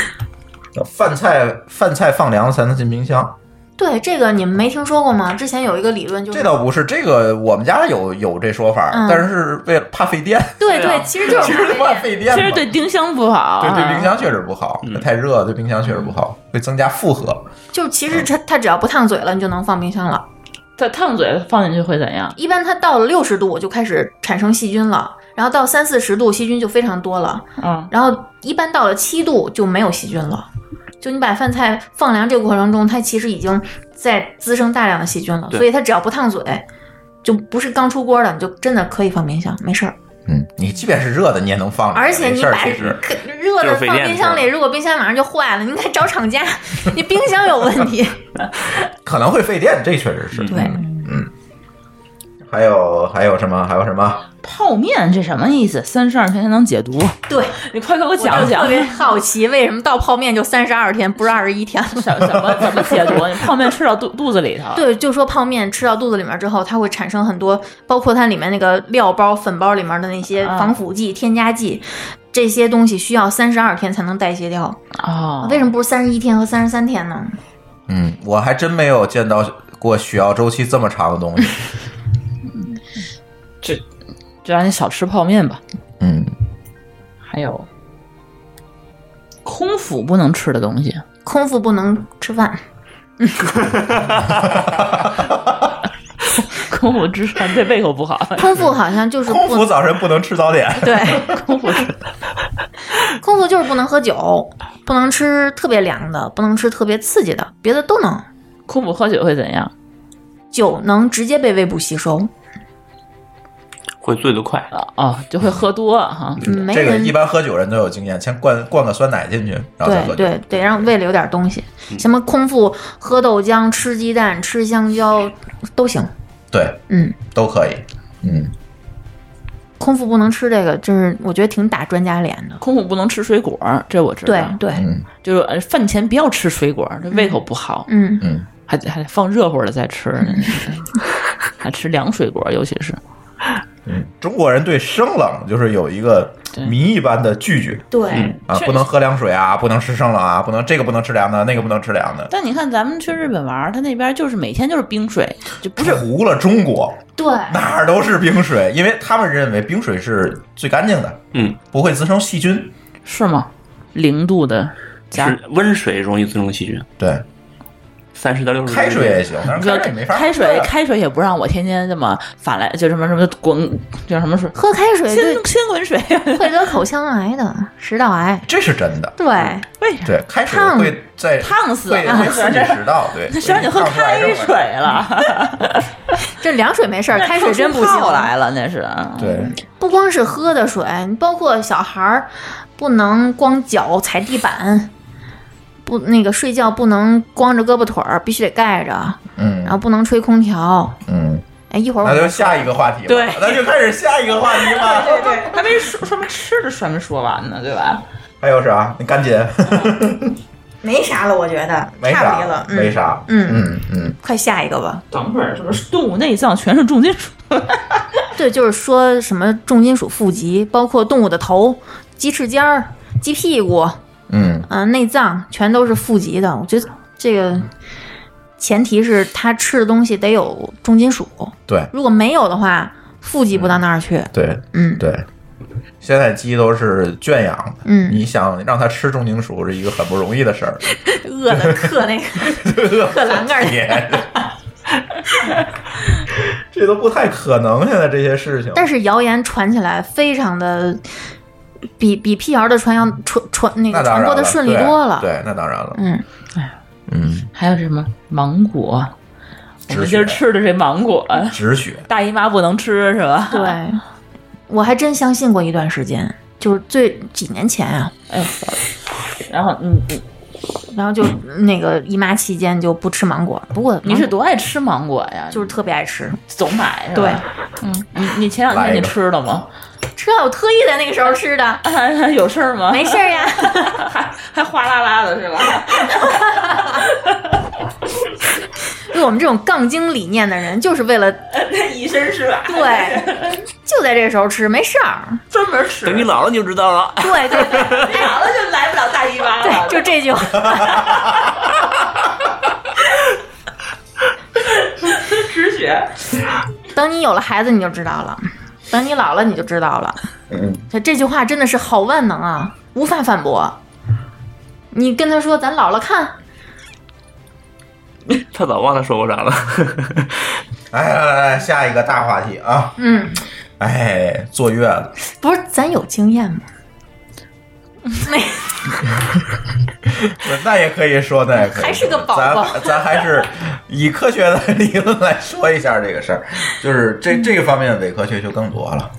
饭菜放凉才能进冰箱。 对，这个你们没听说过吗？之前有一个理论就是， 这倒不是，这个我们家有这说法，但是为了怕费电。 对，其实就是怕费电。 其实对冰箱不好， 对冰箱确实不好，太热对冰箱确实不好，会增加负荷。 就其实它只要不烫嘴了，你就能放冰箱了。 它烫嘴放进去会怎样？ 一般它到了60度就开始产生细菌了，然后到30、40度细菌就非常多了。然后一般到了7度就没有细菌了。就你把饭菜放凉这个过程中，它其实已经在滋生大量的细菌了，所以它只要不烫嘴，就不是刚出锅的，你就真的可以放冰箱，没事儿。 你即便是热的，你也能放。 而且你把热的放冰箱里，如果冰箱马上就坏了，你应该找厂家，你冰箱有问题， 可能会费电，这确实是。 对， 还有什么？ 泡面这什么意思？32天才能解毒？ 对， 你快给我讲讲。 特别好奇，为什么到泡面就32天，不是21天？ 怎么解毒？你泡面吃到肚子里头？ 对，就说泡面吃到肚子里面之后，它会产生很多，包括它里面那个料包、粉包里面的那些防腐剂、添加剂，这些东西需要32天才能代谢掉。为什么不是31天和33天呢？ 我还真没有见到过需要周期这么长的东西。 就让你少吃泡面吧。还有空腹不能吃的东西， 空腹不能吃饭。 空腹吃饭对胃口不好。 空腹好像就是空腹早晨不能吃早点。 对，空腹就是不能喝酒，不能吃特别凉的，不能吃特别刺激的，别的都能。 空腹喝酒会怎样？ 酒能直接被胃部吸收。 会醉得快就会喝多哈。 这个一般喝酒人都有经验，先灌个酸奶进去，然后再喝酒。 对，得让胃里有点东西。什么空腹喝豆浆、吃鸡蛋、吃香蕉都行。 对，都可以。 空腹不能吃这个，就是我觉得挺打专家脸的。 空腹不能吃水果，这我知道。 对， 就是饭前不要吃水果，这胃口不好。还得放热乎的再吃，还吃凉水果，尤其是。 中国人对生冷就是有一个谜一般的拒绝。 对不能喝凉水啊，不能吃生冷啊，这个不能吃凉的，那个不能吃凉的。 但你看咱们去日本玩，他那边就是每天就是冰水，就不是糊了中国。 对， 哪儿都是冰水，因为他们认为冰水是最干净的，不会滋生细菌。 是吗？0度的是温水容易滋生细菌。 对。 30到60度， 开水也行，但是开水没法。 开水也不让我天天这么反来，就什么滚，叫什么水？ 喝开水， 先滚水会得口腔癌的，食道癌。 这是真的。 对， 为啥？ 对，开水会在烫死， 会刺激食道。对， 谁让你喝开水了？ 这凉水没事，开水真不行。 来了那是。 对， 不光是喝的水，包括小孩不能光脚踩地板。不，那个睡觉不能光着胳膊腿儿，必须得盖着。然后不能吹空调。一会儿那就下一个话题吧。 对， 那就开始下一个话题吧。 对，还没说什么吃的，还没说完呢，对吧？ 还有啥？你赶紧。 没啥了，我觉得差不离了。 没啥。 快下一个吧。 等会儿，什么动物内脏全是重金属？ 对，就是说什么重金属富集，包括动物的头、鸡翅尖儿、鸡屁股。内脏全都是富集的。我觉得这个前提是他吃的东西得有重金属。 对， 如果没有的话，富集不到那儿去。 对，对。现在鸡都是圈养的，你想让它吃重金属是一个很不容易的事儿。 饿的嗑那个嗑栏杆儿。 这都不太可能，现在这些事情。 但是谣言传起来非常的。比辟谣的传播的顺利多了。 对，那当然了。 还有什么芒果？我们今儿吃的这芒果， 止血， 大姨妈不能吃是吧？ 对，我还真相信过一段时间，就是几年前啊。 然后然后就那个姨妈期间就不吃芒果。不过你是多爱吃芒果呀？ 就是特别爱吃， 总买是吧？ 对， 你前2天你吃了吗？ 吃了，我特意在那个时候吃的。 有事儿吗？ 没事儿呀， 还哗啦啦的是吧？ 对我们这种杠精理念的人，就是为了以身试法。 对，就在这个时候吃，没事儿， 专门吃。 等你老了你就知道了。 对对， 老了就来不了大姨妈了。 对，就这句话。 止血。 等你有了孩子，你就知道了；等你老了，你就知道了。这句话真的是好万能啊，无法反驳。你跟他说咱老了看， 他早忘了说过啥了。 来，下一个大话题啊。坐月子不是咱有经验吗？ 那也可以说，那也可以， 还是个宝宝。 咱还是以科学的理论来说一下这个事儿，就是这个方面的伪科学就更多了。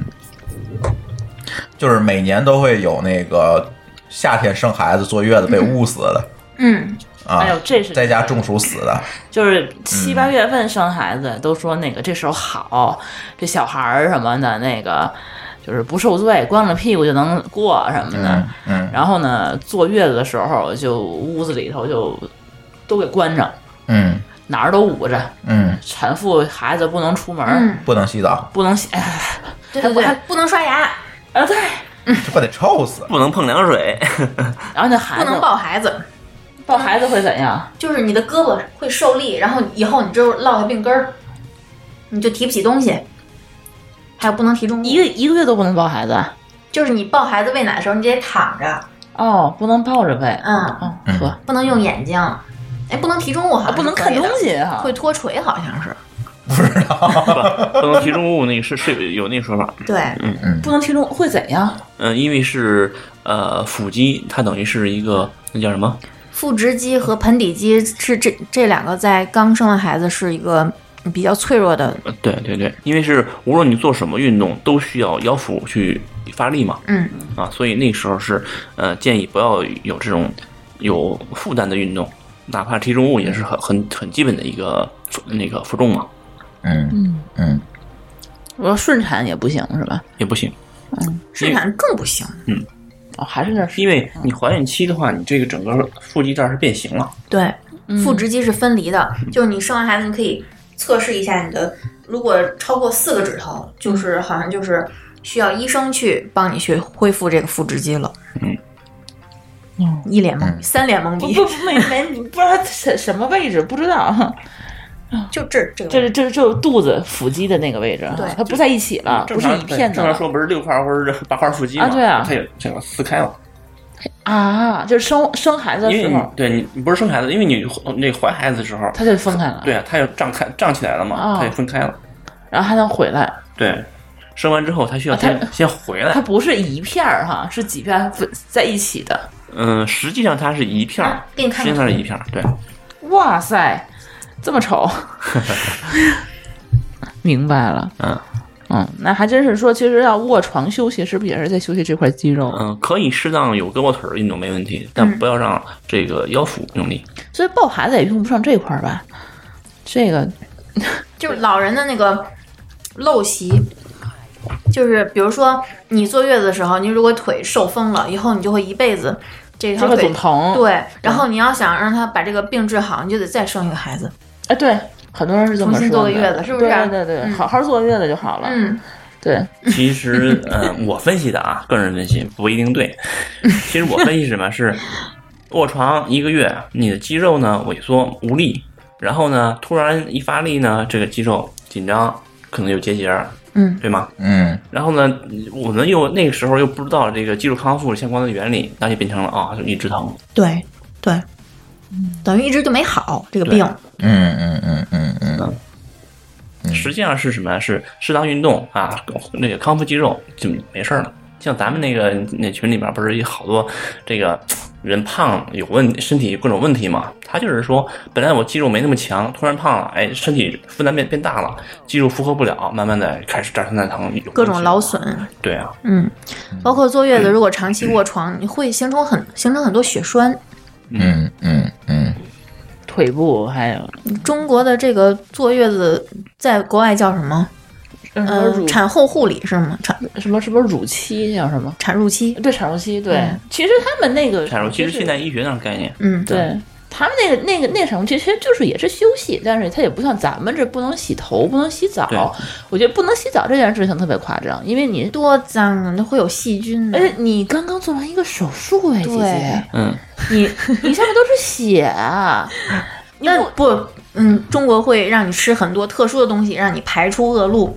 就是每年都会有那个夏天生孩子坐月子被捂死的。 哎呦，这是在家中暑死的， 就是7、8月份生孩子，都说那个这时候好，这小孩儿什么的，那个就是不受罪，光着屁股就能过什么的。然后呢，坐月子的时候，就屋子里头就都给关着，哪儿都捂着，产妇孩子不能出门， 不能洗澡， 不能洗， 对，不能刷牙啊，对， 这不得臭死， 不能碰凉水， 然后那孩子不能抱孩子。 抱孩子会怎样？ 就是你的胳膊会受力，然后以后你就落下病根儿，你就提不起东西。还有不能提重物， 一个月都不能抱孩子。 就是你抱孩子喂奶的时候，你得躺着。 哦，不能抱着喂。 呵，不能用眼睛，不能提重物，好像不能看东西哈， 会脱垂，好像是。 不知道， 不能提重物，那个是有那个说法。 对， 不能提重物会怎样？ 因为是腹肌，它等于是一个那叫什么？ 腹直肌和盆底肌是这2个在刚生完孩子是一个比较脆弱的。 对，因为是无论你做什么运动都需要腰腹去发力嘛。所以那时候是建议不要有这种有负担的运动，哪怕提重物也是很基本的一个那个负重嘛。 我说顺产也不行是吧？ 也不行。 顺产更不行。 还是那因为你怀孕期的话，你这个整个腹肌这儿是变形了。 对，腹直肌是分离的，就是你生完孩子，你可以测试一下你的，如果超过4个指头，就是好像就是需要医生去帮你去恢复这个腹直肌了。一脸懵逼，3脸懵逼， 不知道什么位置，不知道。 就这就是肚子腹肌的那个位置， 对， 它不在一起了，不是一片的。 正常说不是6块或者8块腹肌吗？ 对啊， 它也这个撕开了。 就是生孩子的时候， 对你不是生孩子，因为你那怀孩子的时候， 它就分开了。 对啊，它就胀起来了嘛，它就分开了， 然后还能回来。 对，生完之后它需要先回来。 它不是一片哈，是几片在一起的。 实际上它是一片，实际上它是一片。对， 哇塞。这么丑，明白了。那还真是说，其实要卧床休息，是不是也是在休息这块肌肉？ 可以适当有胳膊腿运动没问题，但不要让这个腰腹用力。 所以抱孩子也用不上这块吧？这个就是老人的那个陋习，就是比如说你坐月子的时候，你如果腿受风了，以后你就会一辈子这条腿总疼。 对，然后你要想让他把这个病治好，你就得再生一个孩子。 对，很多人是这么说的。 重新坐个月子，是不是？ 对，好好坐月子就好了。对。 其实，我分析的啊，个人分析不一定对。其实我分析什么是卧床1个月，你的肌肉呢萎缩无力，然后呢突然一发力呢，这个肌肉紧张，可能有结节。对吗？然后呢，我们那个时候又不知道这个肌肉康复相关的原理，那就变成了就一直疼。 对，等于一直就没好这个病。 实际上是什么？是适当运动啊，那个康复肌肉就没事了。像咱们那群里边不是有好多这个人胖有身体各种问题嘛？他就是说，本来我肌肉没那么强，突然胖了，身体负担变大了，肌肉负荷不了，慢慢的开始胀疼， 各种劳损。 对啊， 包括坐月子，如果长期卧床，你会形成很多血栓。 腿部还有中国的这个坐月子在国外叫什么？产后护理是吗？ 什么乳期叫什么？ 产褥期？ 对，产褥期。对，其实他们那个产褥期是现代医学上的概念。 对。他们那个产褥期其实就是也是休息，但是它也不像咱们这不能洗头，不能洗澡。我觉得不能洗澡这件事情特别夸张，因为你多脏啊，那会有细菌。 而且你刚刚做完一个手术哎，姐姐，你下面都是血啊。 那不，中国会让你吃很多特殊的东西，让你排出恶露。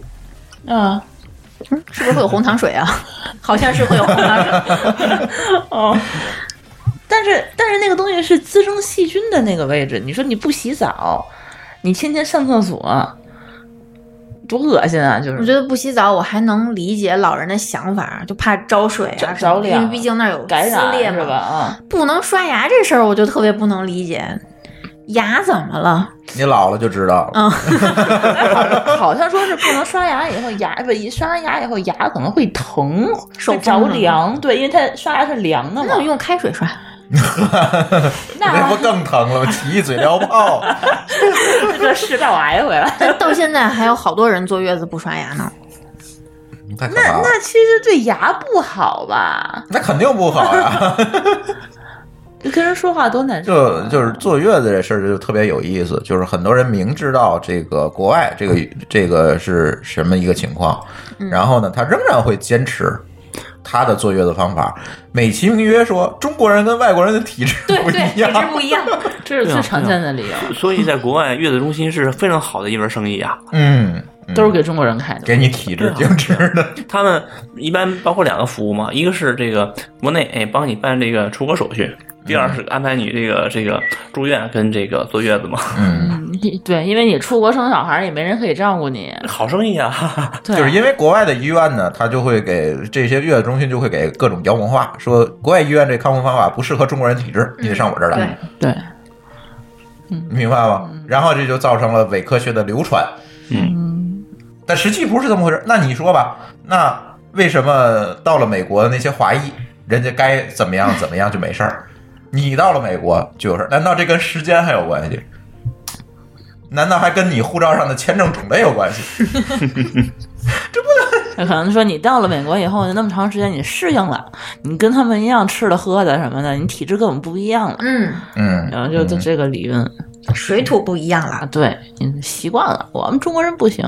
是不是会有红糖水啊？好像是会有红糖水。 哦。但是那个东西是滋生细菌的那个位置，你说你不洗澡，你天天上厕所，多恶心啊！就是我觉得不洗澡，我还能理解老人的想法，就怕招水啊、 着凉， 因为毕竟那儿有感染是吧？不能刷牙这事儿，我就特别不能理解。牙怎么了？ 你老了就知道了。 好像说是不能刷牙以后一刷完牙以后牙可能会疼， 手着凉。对，因为它刷牙是凉的嘛。 那我用开水刷。 那不更疼了吗？起一嘴燎泡， 这食道癌回来。 到现在还有好多人坐月子不刷牙呢。 那其实对牙不好吧？ 那肯定不好呀。 跟人说话多难受。 就是坐月子这事儿就特别有意思，就是很多人明知道这个国外这个是什么一个情况，然后呢，他仍然会坚持他的坐月子方法，美其名曰说中国人跟外国人的体质不一样， 体质不一样， 这是最常见的理由。 所以在国外月子中心是非常好的一门生意啊。 都是给中国人开的， 给你体质精致的。 他们一般包括2个服务嘛，一个是这个国内帮你办这个出国手续，第二是安排你这个住院跟这个坐月子嘛。 对，因为你出国生小孩也没人可以照顾你， 好生意啊。 对， 就是因为国外的医院呢，他就会给这些月子中心就会给各种妖魔化，说国外医院这康复方法不适合中国人体质，你得上我这儿来。 对， 你明白吗？然后这就造成了伪科学的流传。但实际不是这么回事。那你说吧，那为什么到了美国的那些华裔，人家该怎么样怎么样就没事儿，你到了美国就有事儿？难道这跟时间还有关系？难道还跟你护照上的签证种类有关系？这不能。可能说你到了美国以后，那么长时间你适应了，你跟他们一样吃的喝的什么的，你体质跟我们不一样了。然后就这个理论， 水土不一样了。 对，你习惯了，我们中国人不行。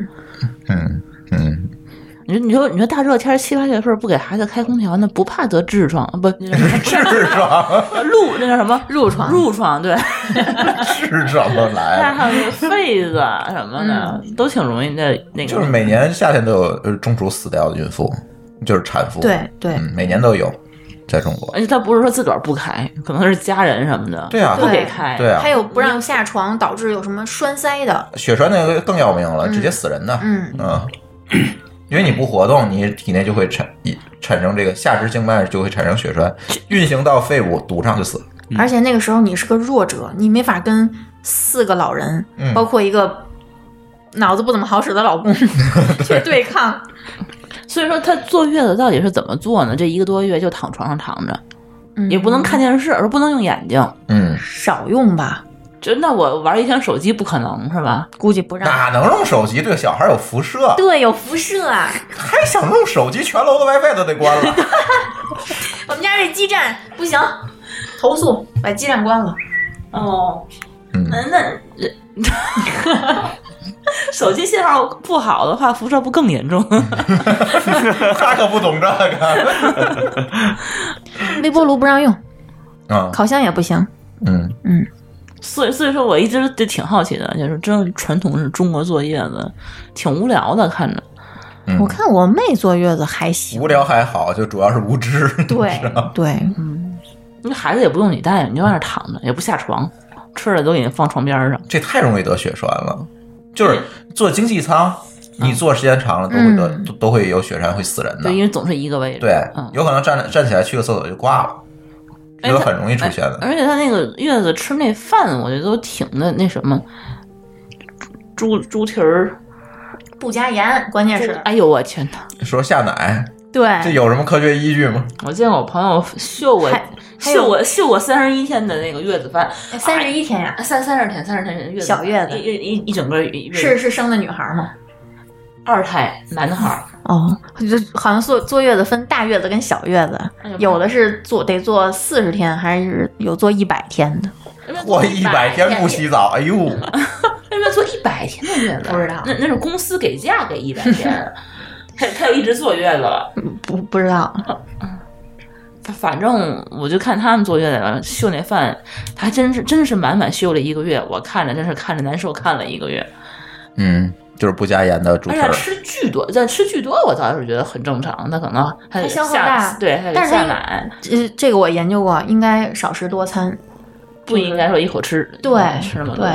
你说大热天7、8月份不给孩子开空调，那不怕得痔疮？不， 痔疮， 那叫什么？褥疮，对， 是什么来？ 那还有痱子什么的，都挺容易的。那个就是每年夏天都有中暑死掉的孕妇，就是产妇。 对， 每年都有，在中国。 而且他不是说自个儿不开，可能是家人什么的， 对啊， 不给开。 对啊， 还有不让下床，导致有什么栓塞的， 血栓那个更要命了，直接死人的。因为你不活动，你体内就会产生这个下肢静脉就会产生血栓，运行到肺部堵上就死。 而且那个时候你是个弱者，你没法跟4个老人，包括一个脑子不怎么好使的老公去对抗。 所以说他坐月子到底是怎么做呢？这1个多月就躺床上躺着，也不能看电视，不能用眼睛， 少用吧。 那我玩一天手机不可能是吧？ 估计不让。 哪能用手机？对小孩有辐射。 对，有辐射啊！ 还想用手机，全楼的 WiFi 都得关了。 我们家这基站不行，投诉把基站关了。 那手机信号不好的话，辐射不更严重？ 他可不懂这个。 微波炉不让用，烤箱也不行。 所以说我一直就挺好奇的，就是这传统是中国坐月子挺无聊的，看着。 我看我妹坐月子还行， 无聊还好，就主要是无知。 对， 那孩子也不用你带，你就在那躺着，也不下床，吃的都给你放床边上。 这太容易得血栓了，就是坐经济舱，你坐时间长了都会有血栓，会死人的。 对，因为总是一个位置。 对，有可能站起来去个厕所就挂了。这个很容易出现的， 而且他那个月子吃那饭，我觉得都挺的那什么，猪蹄儿不加盐，关键是， 哎呦我天哪！ 说下奶， 对， 这有什么科学依据吗？ 我见我朋友秀过秀过31天的那个月子饭 ，31天呀 ，30天月子小月子， 一整个月是生的女孩吗 ？2胎男孩。 哦，就好像坐月子分大月子跟小月子，有的是得做40天，还是有做100天的。 过100天不洗澡，哎呦！ 为什么做100天的月子？ 不知道， 那是公司给假给100天，他就一直坐月子了。 不知道。 反正我就看他们坐月子了，秀那饭，他还真是满满秀了1个月，我看着真是看着难受，看了1个月。 就是不加盐的猪蹄儿， 吃巨多，我倒是觉得很正常。他可能他消耗大， 对，他下奶。 这个我研究过，应该少食多餐， 不应该说一口吃， 对， 吃那么多。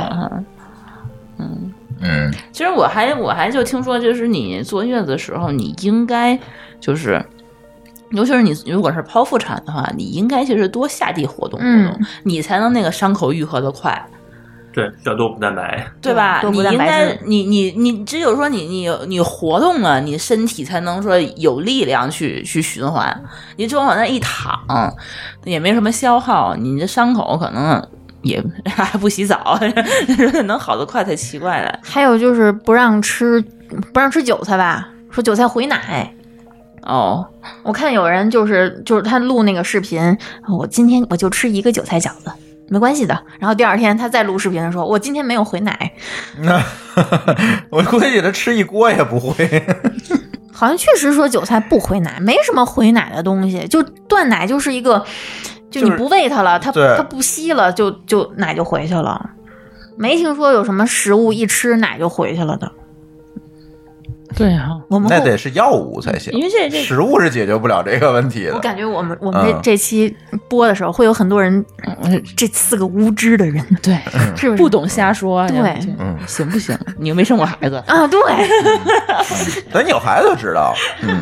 对， 其实我还就听说，就是你坐月子的时候，你应该就是。尤其是你如果是剖腹产的话，你应该其实多下地活动活动，你才能那个伤口愈合的快。 对，需要多补蛋白， 对吧？你应该，你只有说你活动了，你身体才能说有力量去循环。你就往那一躺，也没什么消耗，你这伤口可能也还不洗澡，能好得快才奇怪了。 还有就是不让吃韭菜吧，说韭菜回奶。 哦， 我看有人就是他录那个视频，我今天我就吃1个韭菜饺子，没关系的。然后第2天他再录视频的时候，我今天没有回奶。 我估计他吃1锅也不会。 好像确实说韭菜不回奶，没什么回奶的东西，就断奶就是一个，就你不喂它了，它不吸了，就奶就回去了。没听说有什么食物一吃奶就回去了的。 对啊， 那得是药物才行， 因为这食物是解决不了这个问题的。 我感觉我们这期播的时候，会有很多人，这4个无知的人， 对， 是不是不懂瞎说？ 对， 行不行？你又没生过孩子啊？对， 等你有孩子就知道。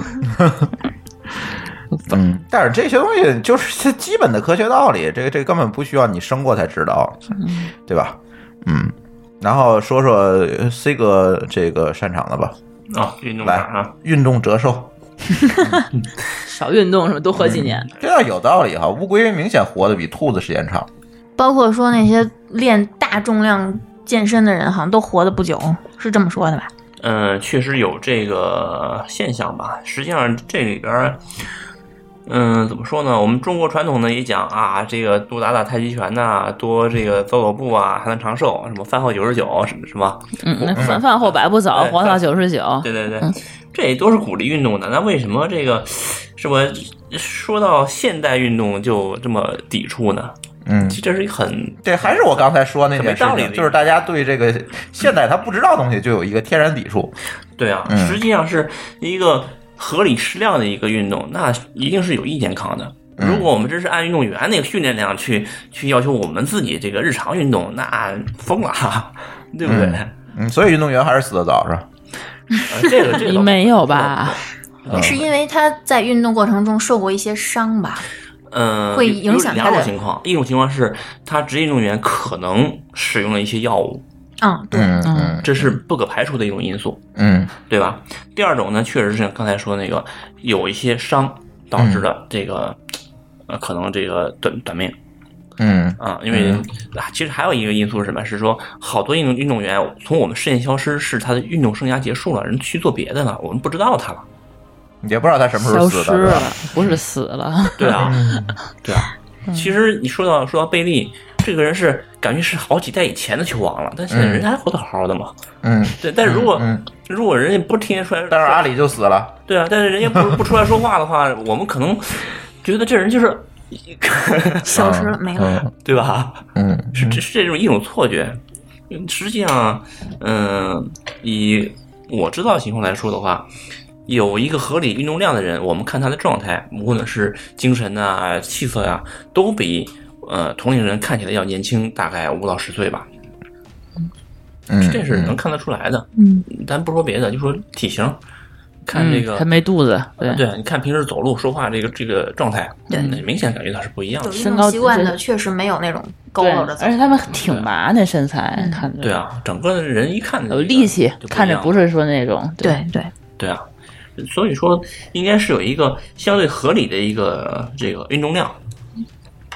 但是这些东西就是基本的科学道理，这根本不需要你生过才知道，对吧？然后说说 C 哥这个擅长的吧。 运动来运动折寿。 少运动是吧？多活几年。 这样有道理哈，乌龟明显活得比兔子时间长。 包括说那些练大重量健身的人，好像都活得不久，是这么说的吧？ 确实有这个现象吧。实际上这里边，怎么说呢？我们中国传统呢也讲啊，这个多打打太极拳呐，多这个走走步啊，还能长寿。什么饭后99，什么饭后百步走，活到99。 对对对，这都是鼓励运动的。那为什么这个什么说到现代运动就这么抵触呢？其实这是一个很对，还是我刚才说那件事情，就是大家对这个现代他不知道的东西就有一个天然抵触。 对啊，实际上是一个合理适量的一个运动，那一定是有益健康的。如果我们真是按运动员那个训练量去要求我们自己这个日常运动，那疯了，对不对？ 所以运动员还是死得早是吧？ 这个你没有吧？ 是因为他在运动过程中受过一些伤吧？会影响他的。 2种情况，一种情况是他职业运动员可能使用了一些药物。 对， 这是不可排除的一种因素，对吧？第2种呢，确实是像刚才说的那个，有一些伤导致的这个，可能这个短命，因为其实还有一个因素是什么？是说好多运动员从我们视线消失，是他的运动生涯结束了，人去做别的了，我们不知道他了， 也不知道他什么时候死的， 消失了，不是死了， 对啊，对啊。其实你说到贝利。这个人是感觉是好几代以前的球王了，但现在人家还活得好好的嘛。对。但是如果人家不天天出来， 但是阿里就死了。 对啊，但是人家不出来说话的话，我们可能觉得这人就是消失了，没了， 对吧？是这种一种错觉。实际上，以我知道的情况来说的话，有一个合理运动量的人，我们看他的状态，无论是精神啊、气色啊，都比同龄人看起来要年轻大概5到10岁吧。这是能看得出来的。咱不说别的，就说体型，看这个他没肚子， 对，你看平时走路说话这个状态，明显感觉到是不一样的。 身高习惯的确实没有那种佝偻着走， 而且他们挺麻那身材，看着对啊，整个人一看有力气，看着不是说那种对啊，所以说应该是有一个相对合理的一个这个运动量。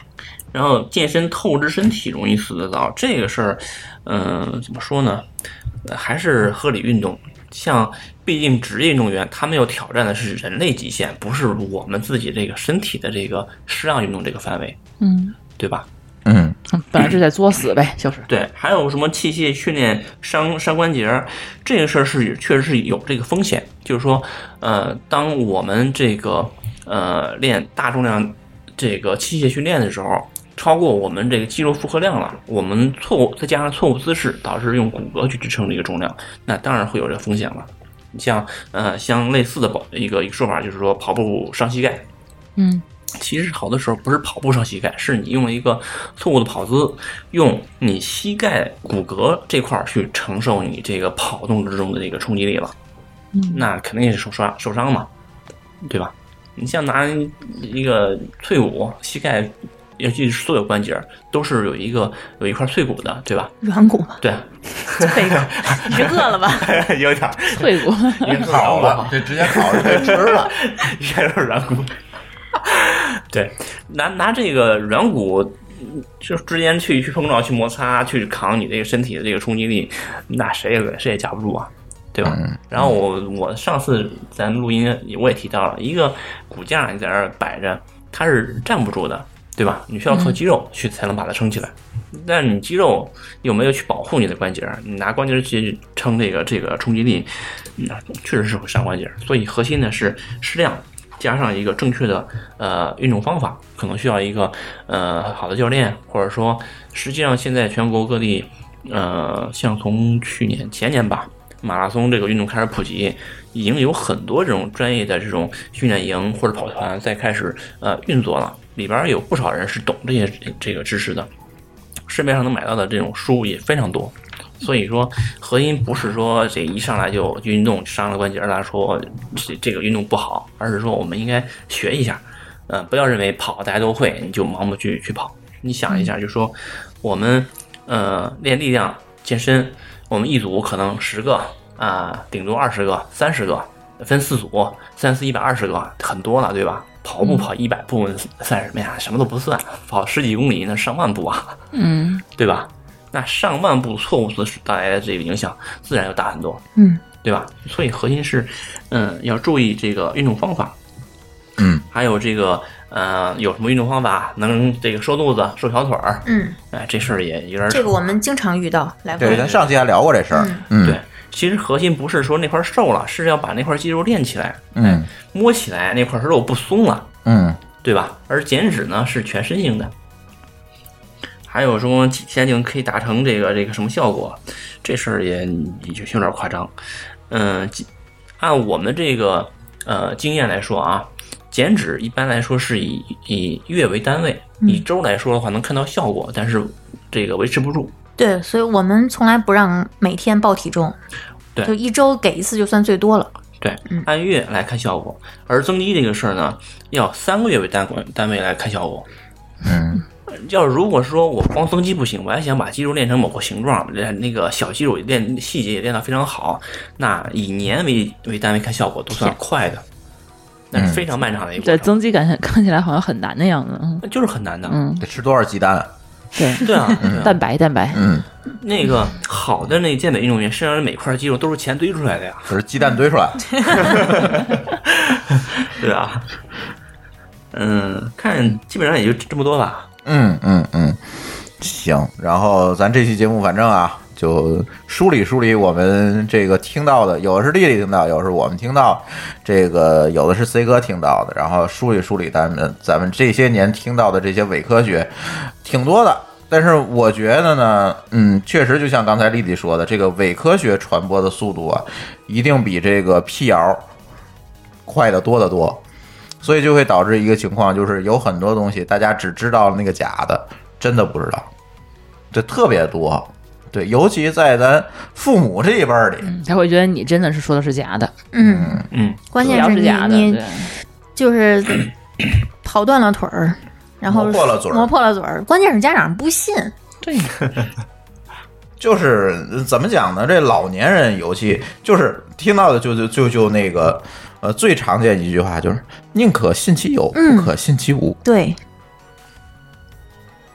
然后健身透支身体容易死得早，这个事儿，怎么说呢？还是合理运动。像毕竟职业运动员，他们要挑战的是人类极限，不是我们自己这个身体的这个适量运动这个范围，对吧？ 本来就在作死呗，就是对。还有什么器械训练伤关节，这个事儿是确实是有这个风险，就是说，当我们这个练大重量这个器械训练的时候，超过我们这个肌肉负荷量了，我们再加上错误姿势，导致用骨骼去支撑这个重量，那当然会有这个风险了。你像类似的一个说法，就是说跑步伤膝盖。其实好多时候不是跑步伤膝盖，是你用了一个错误的跑姿，用你膝盖骨骼这块去承受你这个跑动之中的这个冲击力了。那肯定也是受伤嘛，对吧？你像拿一个脆骨，膝盖尤其是所有关节都是有一块脆骨的，对吧？ 软骨嘛。 对， 脆骨。你是饿了吧？ 有点脆骨， 烤了，这直接烤就可以吃了， 应该是软骨。对，拿这个软骨就之间去碰撞、去摩擦、去扛你这个身体的这个冲击力，那谁也架不住啊，对吧？然后我上次咱录音我也提到了一个骨架，你在那儿摆着，它是站不住的，对吧？你需要靠肌肉去才能把它撑起来，但你肌肉有没有去保护你的关节？你拿关节去撑这个冲击力，那确实是会伤关节。所以核心呢是适量。加上一个正确的运动方法，可能需要一个好的教练，或者说，实际上现在全国各地，像从前年吧，马拉松这个运动开始普及，已经有很多这种专业的这种训练营或者跑团在开始运作了，里边有不少人是懂这个知识的，市面上能买到的这种书也非常多。所以说，核心不是说这一上来就运动伤了关节来说这个运动不好，而是说我们应该学一下，不要认为跑大家都会，你就盲目去跑。你想一下，就是说我们练力量健身，我们一组可能10个顶多20个、30个，分4组，3、4、120个，很多了，对吧？跑步跑100步算什么呀？什么都不算，跑10几公里那上万步啊，对吧？那上万步错误姿势带来的这个影响，自然要大很多，对吧？所以核心是，要注意这个运动方法，还有这个有什么运动方法能这个瘦肚子、瘦小腿儿，这事儿也有点。 这个我们经常遇到，来对，咱上期还聊过这事儿， 对，其实核心不是说那块瘦了，是要把那块肌肉练起来，摸起来那块肉不松了，对吧？而减脂呢是全身性的。还有说几天就可以达成这个什么效果，这事儿也就有点夸张。按我们这个经验来说啊，减脂一般来说是以月为单位，以周来说的话能看到效果，但是这个维持不住。 对，所以我们从来不让每天报体重， 对， 就一周给一次就算最多了。 对，按月来看效果，而增肌这个事儿呢，要3个月为单位来看效果。要如果说我光增肌不行，我还想把肌肉练成某个形状，那个小肌肉练细节也练得非常好，那以年为单位看效果都算快的，那是非常漫长的一个过程。 对，增肌看起来好像很难的样子， 就是很难的。 得吃多少鸡蛋？ 对啊， 蛋白。 那个好的那健美运动员身上的每块肌肉都是钱堆出来的呀， 可是鸡蛋堆出来。 对啊，看基本上也就这么多吧。 行，然后咱这期节目反正就梳理我们这个听到的，有的是丽丽听到，有的是我们听到，这个有的是 C 哥听到的，然后梳理咱们这些年听到的这些伪科学，挺多的。但是我觉得呢，确实就像刚才丽丽说的，这个伪科学传播的速度一定比这个辟谣快得多得多。所以就会导致一个情况，就是有很多东西大家只知道那个假的，真的不知道，这特别多。对，尤其在咱父母这一辈里， 他会觉得你真的是说的是假的。 关键是你就是跑断了腿儿，然后磨破了嘴儿，关键是家长不信。 对， 就是怎么讲呢？这老年人尤其就是听到的就那个。最常见一句话就是宁可信其有，不可信其无。 对，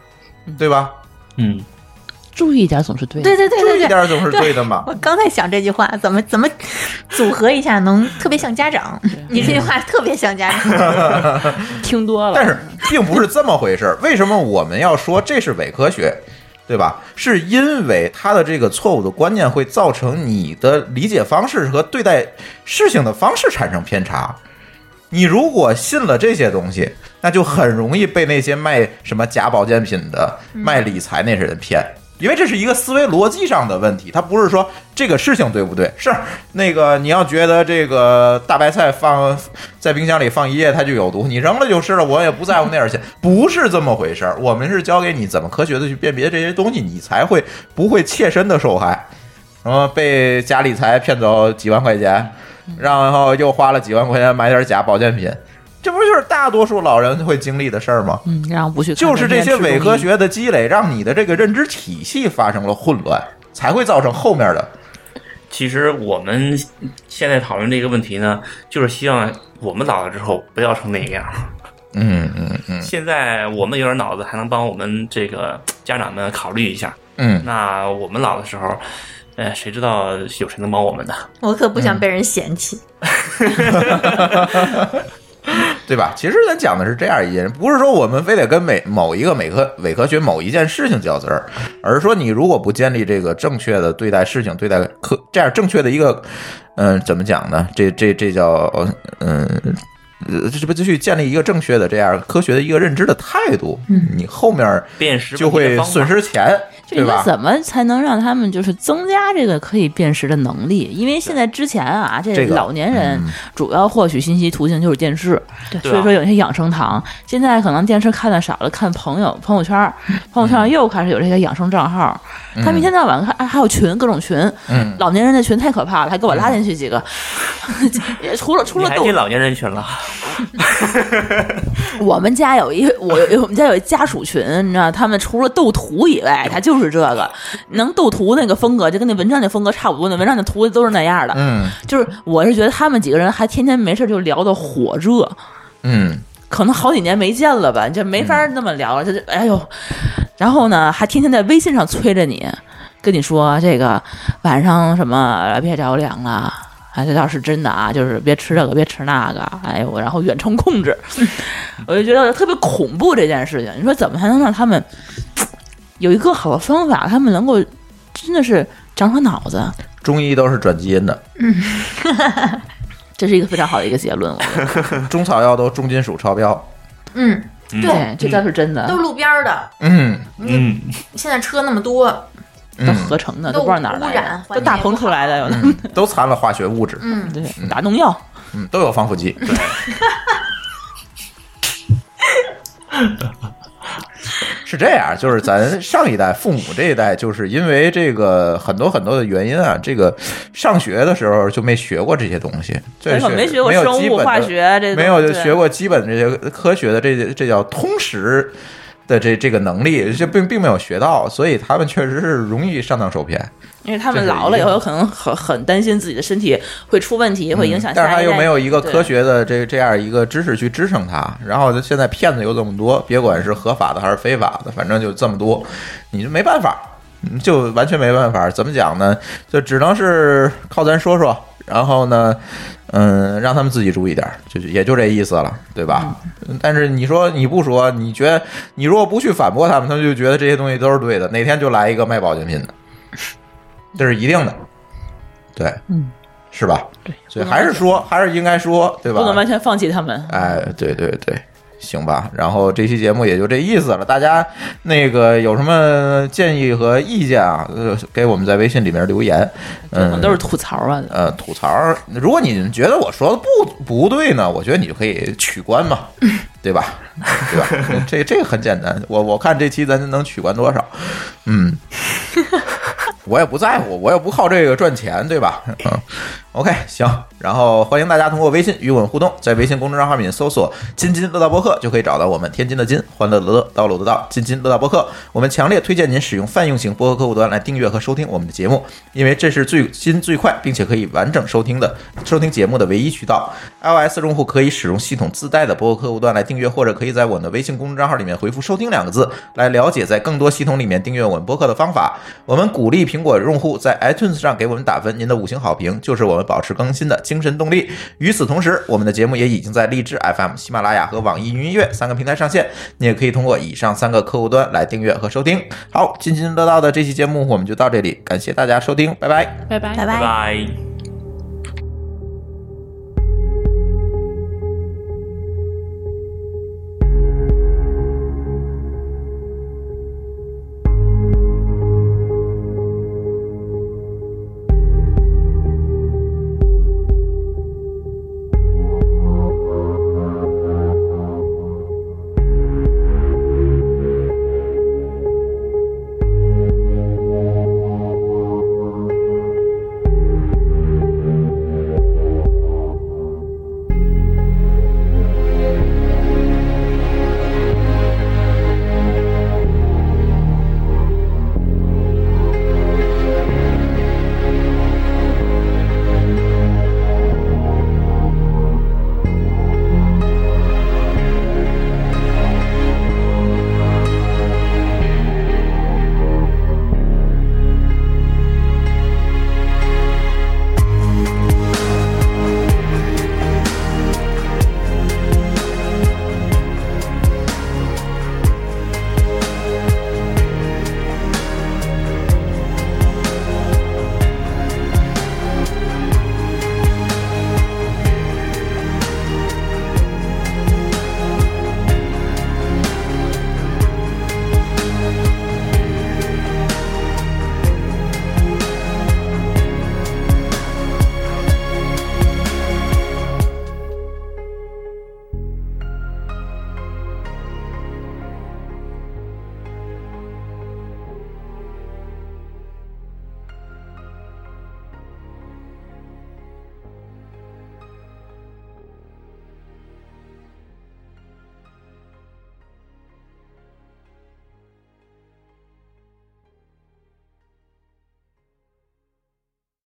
对吧？ 注意一点总是对的， 对， 注意一点总是对的嘛。 我刚才想这句话怎么组合一下能特别像家长？你这句话特别像家长， 听多了。 但是并不是这么回事。为什么我们要说这是伪科学？对吧？是因为他的这个错误的观念会造成你的理解方式和对待事情的方式产生偏差。你如果信了这些东西，那就很容易被那些卖什么假保健品的、卖理财那些人骗。因为这是一个思维逻辑上的问题，它不是说这个事情对不对，是那个你要觉得这个大白菜放在冰箱里放1夜它就有毒，你扔了就是了，我也不在乎那点钱，不是这么回事儿。我们是教给你怎么科学的去辨别这些东西，你才会不会切身的受害，然后被假理财骗走几万块钱，然后又花了几万块钱买点假保健品。这不就是大多数老人会经历的事儿吗？ 然后不去， 就是这些伪科学的积累，让你的这个认知体系发生了混乱，才会造成后面的。 其实我们现在讨论这个问题呢，就是希望我们老了之后不要成那个样。现在我们有点脑子，还能帮我们这个家长们考虑一下。那我们老的时候，谁知道有谁能帮我们呢？ 我可不想被人嫌弃。 对吧？其实咱讲的是这样一件，不是说我们非得跟某一个伪科学某一件事情较真儿，而是说你如果不建立这个正确的对待事情、对待这样正确的一个，怎么讲呢？这叫这不就去建立一个正确的这样科学的一个认知的态度，你后面就会损失钱。 对吧？怎么才能让他们就是增加这个可以辨识的能力？因为现在之前啊，这老年人主要获取信息途径就是电视，所以说有些养生堂。现在可能电视看的少了，看朋友圈又开始有这些养生账号。他们一天到晚看，还有群，各种群。老年人的群太可怕了，还给我拉进去几个。除了你还进老年人群了。 我们家有我们家有一家属群，你知道，他们除了斗图以外，他就是这个能斗图那个风格，就跟那文章那风格差不多。那文章的图都是那样的。就是我是觉得他们几个人还天天没事就聊得火热。可能好几年没见了吧，就没法那么聊了。就是哎呦，然后呢，还天天在微信上催着你，跟你说这个晚上什么别着凉了。这倒是真的啊，就是别吃这个，别吃那个，哎呦，然后远程控制，我就觉得特别恐怖这件事情。你说怎么才能让他们有一个好的方法，他们能够真的是长长脑子？ 中医都是转基因的， 这是一个非常好的一个结论。 中草药都重金属超标， 对，这倒是真的， 都路边的，现在车那么多。 都合成的，都不知道哪儿来的，都大棚出来的，有的都掺了化学物质， 对，打农药， 都有防腐剂，对。是这样，就是咱上一代父母这一代，就是因为这个很多的原因啊，这个上学的时候就没学过这些东西， 没学过生物化学， 没有学过基本这些科学的这叫通识的这个能力，就并没有学到，所以他们确实是容易上当受骗。 因为他们老了以后，有可能很担心自己的身体会出问题，会影响下一代。 但是他又没有一个科学的这样一个知识去支撑他，然后现在骗子有这么多，别管是合法的还是非法的，反正就这么多，你就没办法，就完全没办法。怎么讲呢？就只能是靠咱说说，然后呢，让他们自己注意点，也就这意思了，对吧？但是你说你不说，你觉得你如果不去反驳他们，他们就觉得这些东西都是对的，哪天就来一个卖保健品的。这是一定的，对，是吧？对，所以还是应该说，对吧？ 不能完全放弃他们。 哎，对，行吧。然后这期节目也就这意思了，大家那个有什么建议和意见啊？给我们在微信里面留言。 我们都是吐槽啊。 吐槽。如果你觉得我说的不对呢，我觉得你就可以取关嘛，对吧？对吧？这个很简单。我看这期咱能取关多少？我也不在乎，我也不靠这个赚钱，对吧？ OK， 行，然后欢迎大家通过微信与我们互动，在微信公众账号里面搜索“津津乐道播客”就可以找到我们。天津的津，欢乐的乐，道路的道，津津乐道播客。我们强烈推荐您使用泛用型播客客户端来订阅和收听我们的节目，因为这是最新最快并且可以完整收听节目的唯一渠道。iOS 用户可以使用系统自带的播客客户端来订阅，或者可以在我们的微信公众账号里面回复“收听”2个字来了解在更多系统里面订阅我们播客的方法。我们鼓励苹果用户在 iTunes 上给我们打分，您的5星好评就是我们保持更新的精神动力。与此同时，我们的节目也已经在荔枝 FM、喜马拉雅和网易云音乐3个平台上线，你也可以通过以上3个客户端来订阅和收听。好，津津乐道的这期节目我们就到这里，感谢大家收听，拜拜， 拜拜， 拜拜。 拜拜。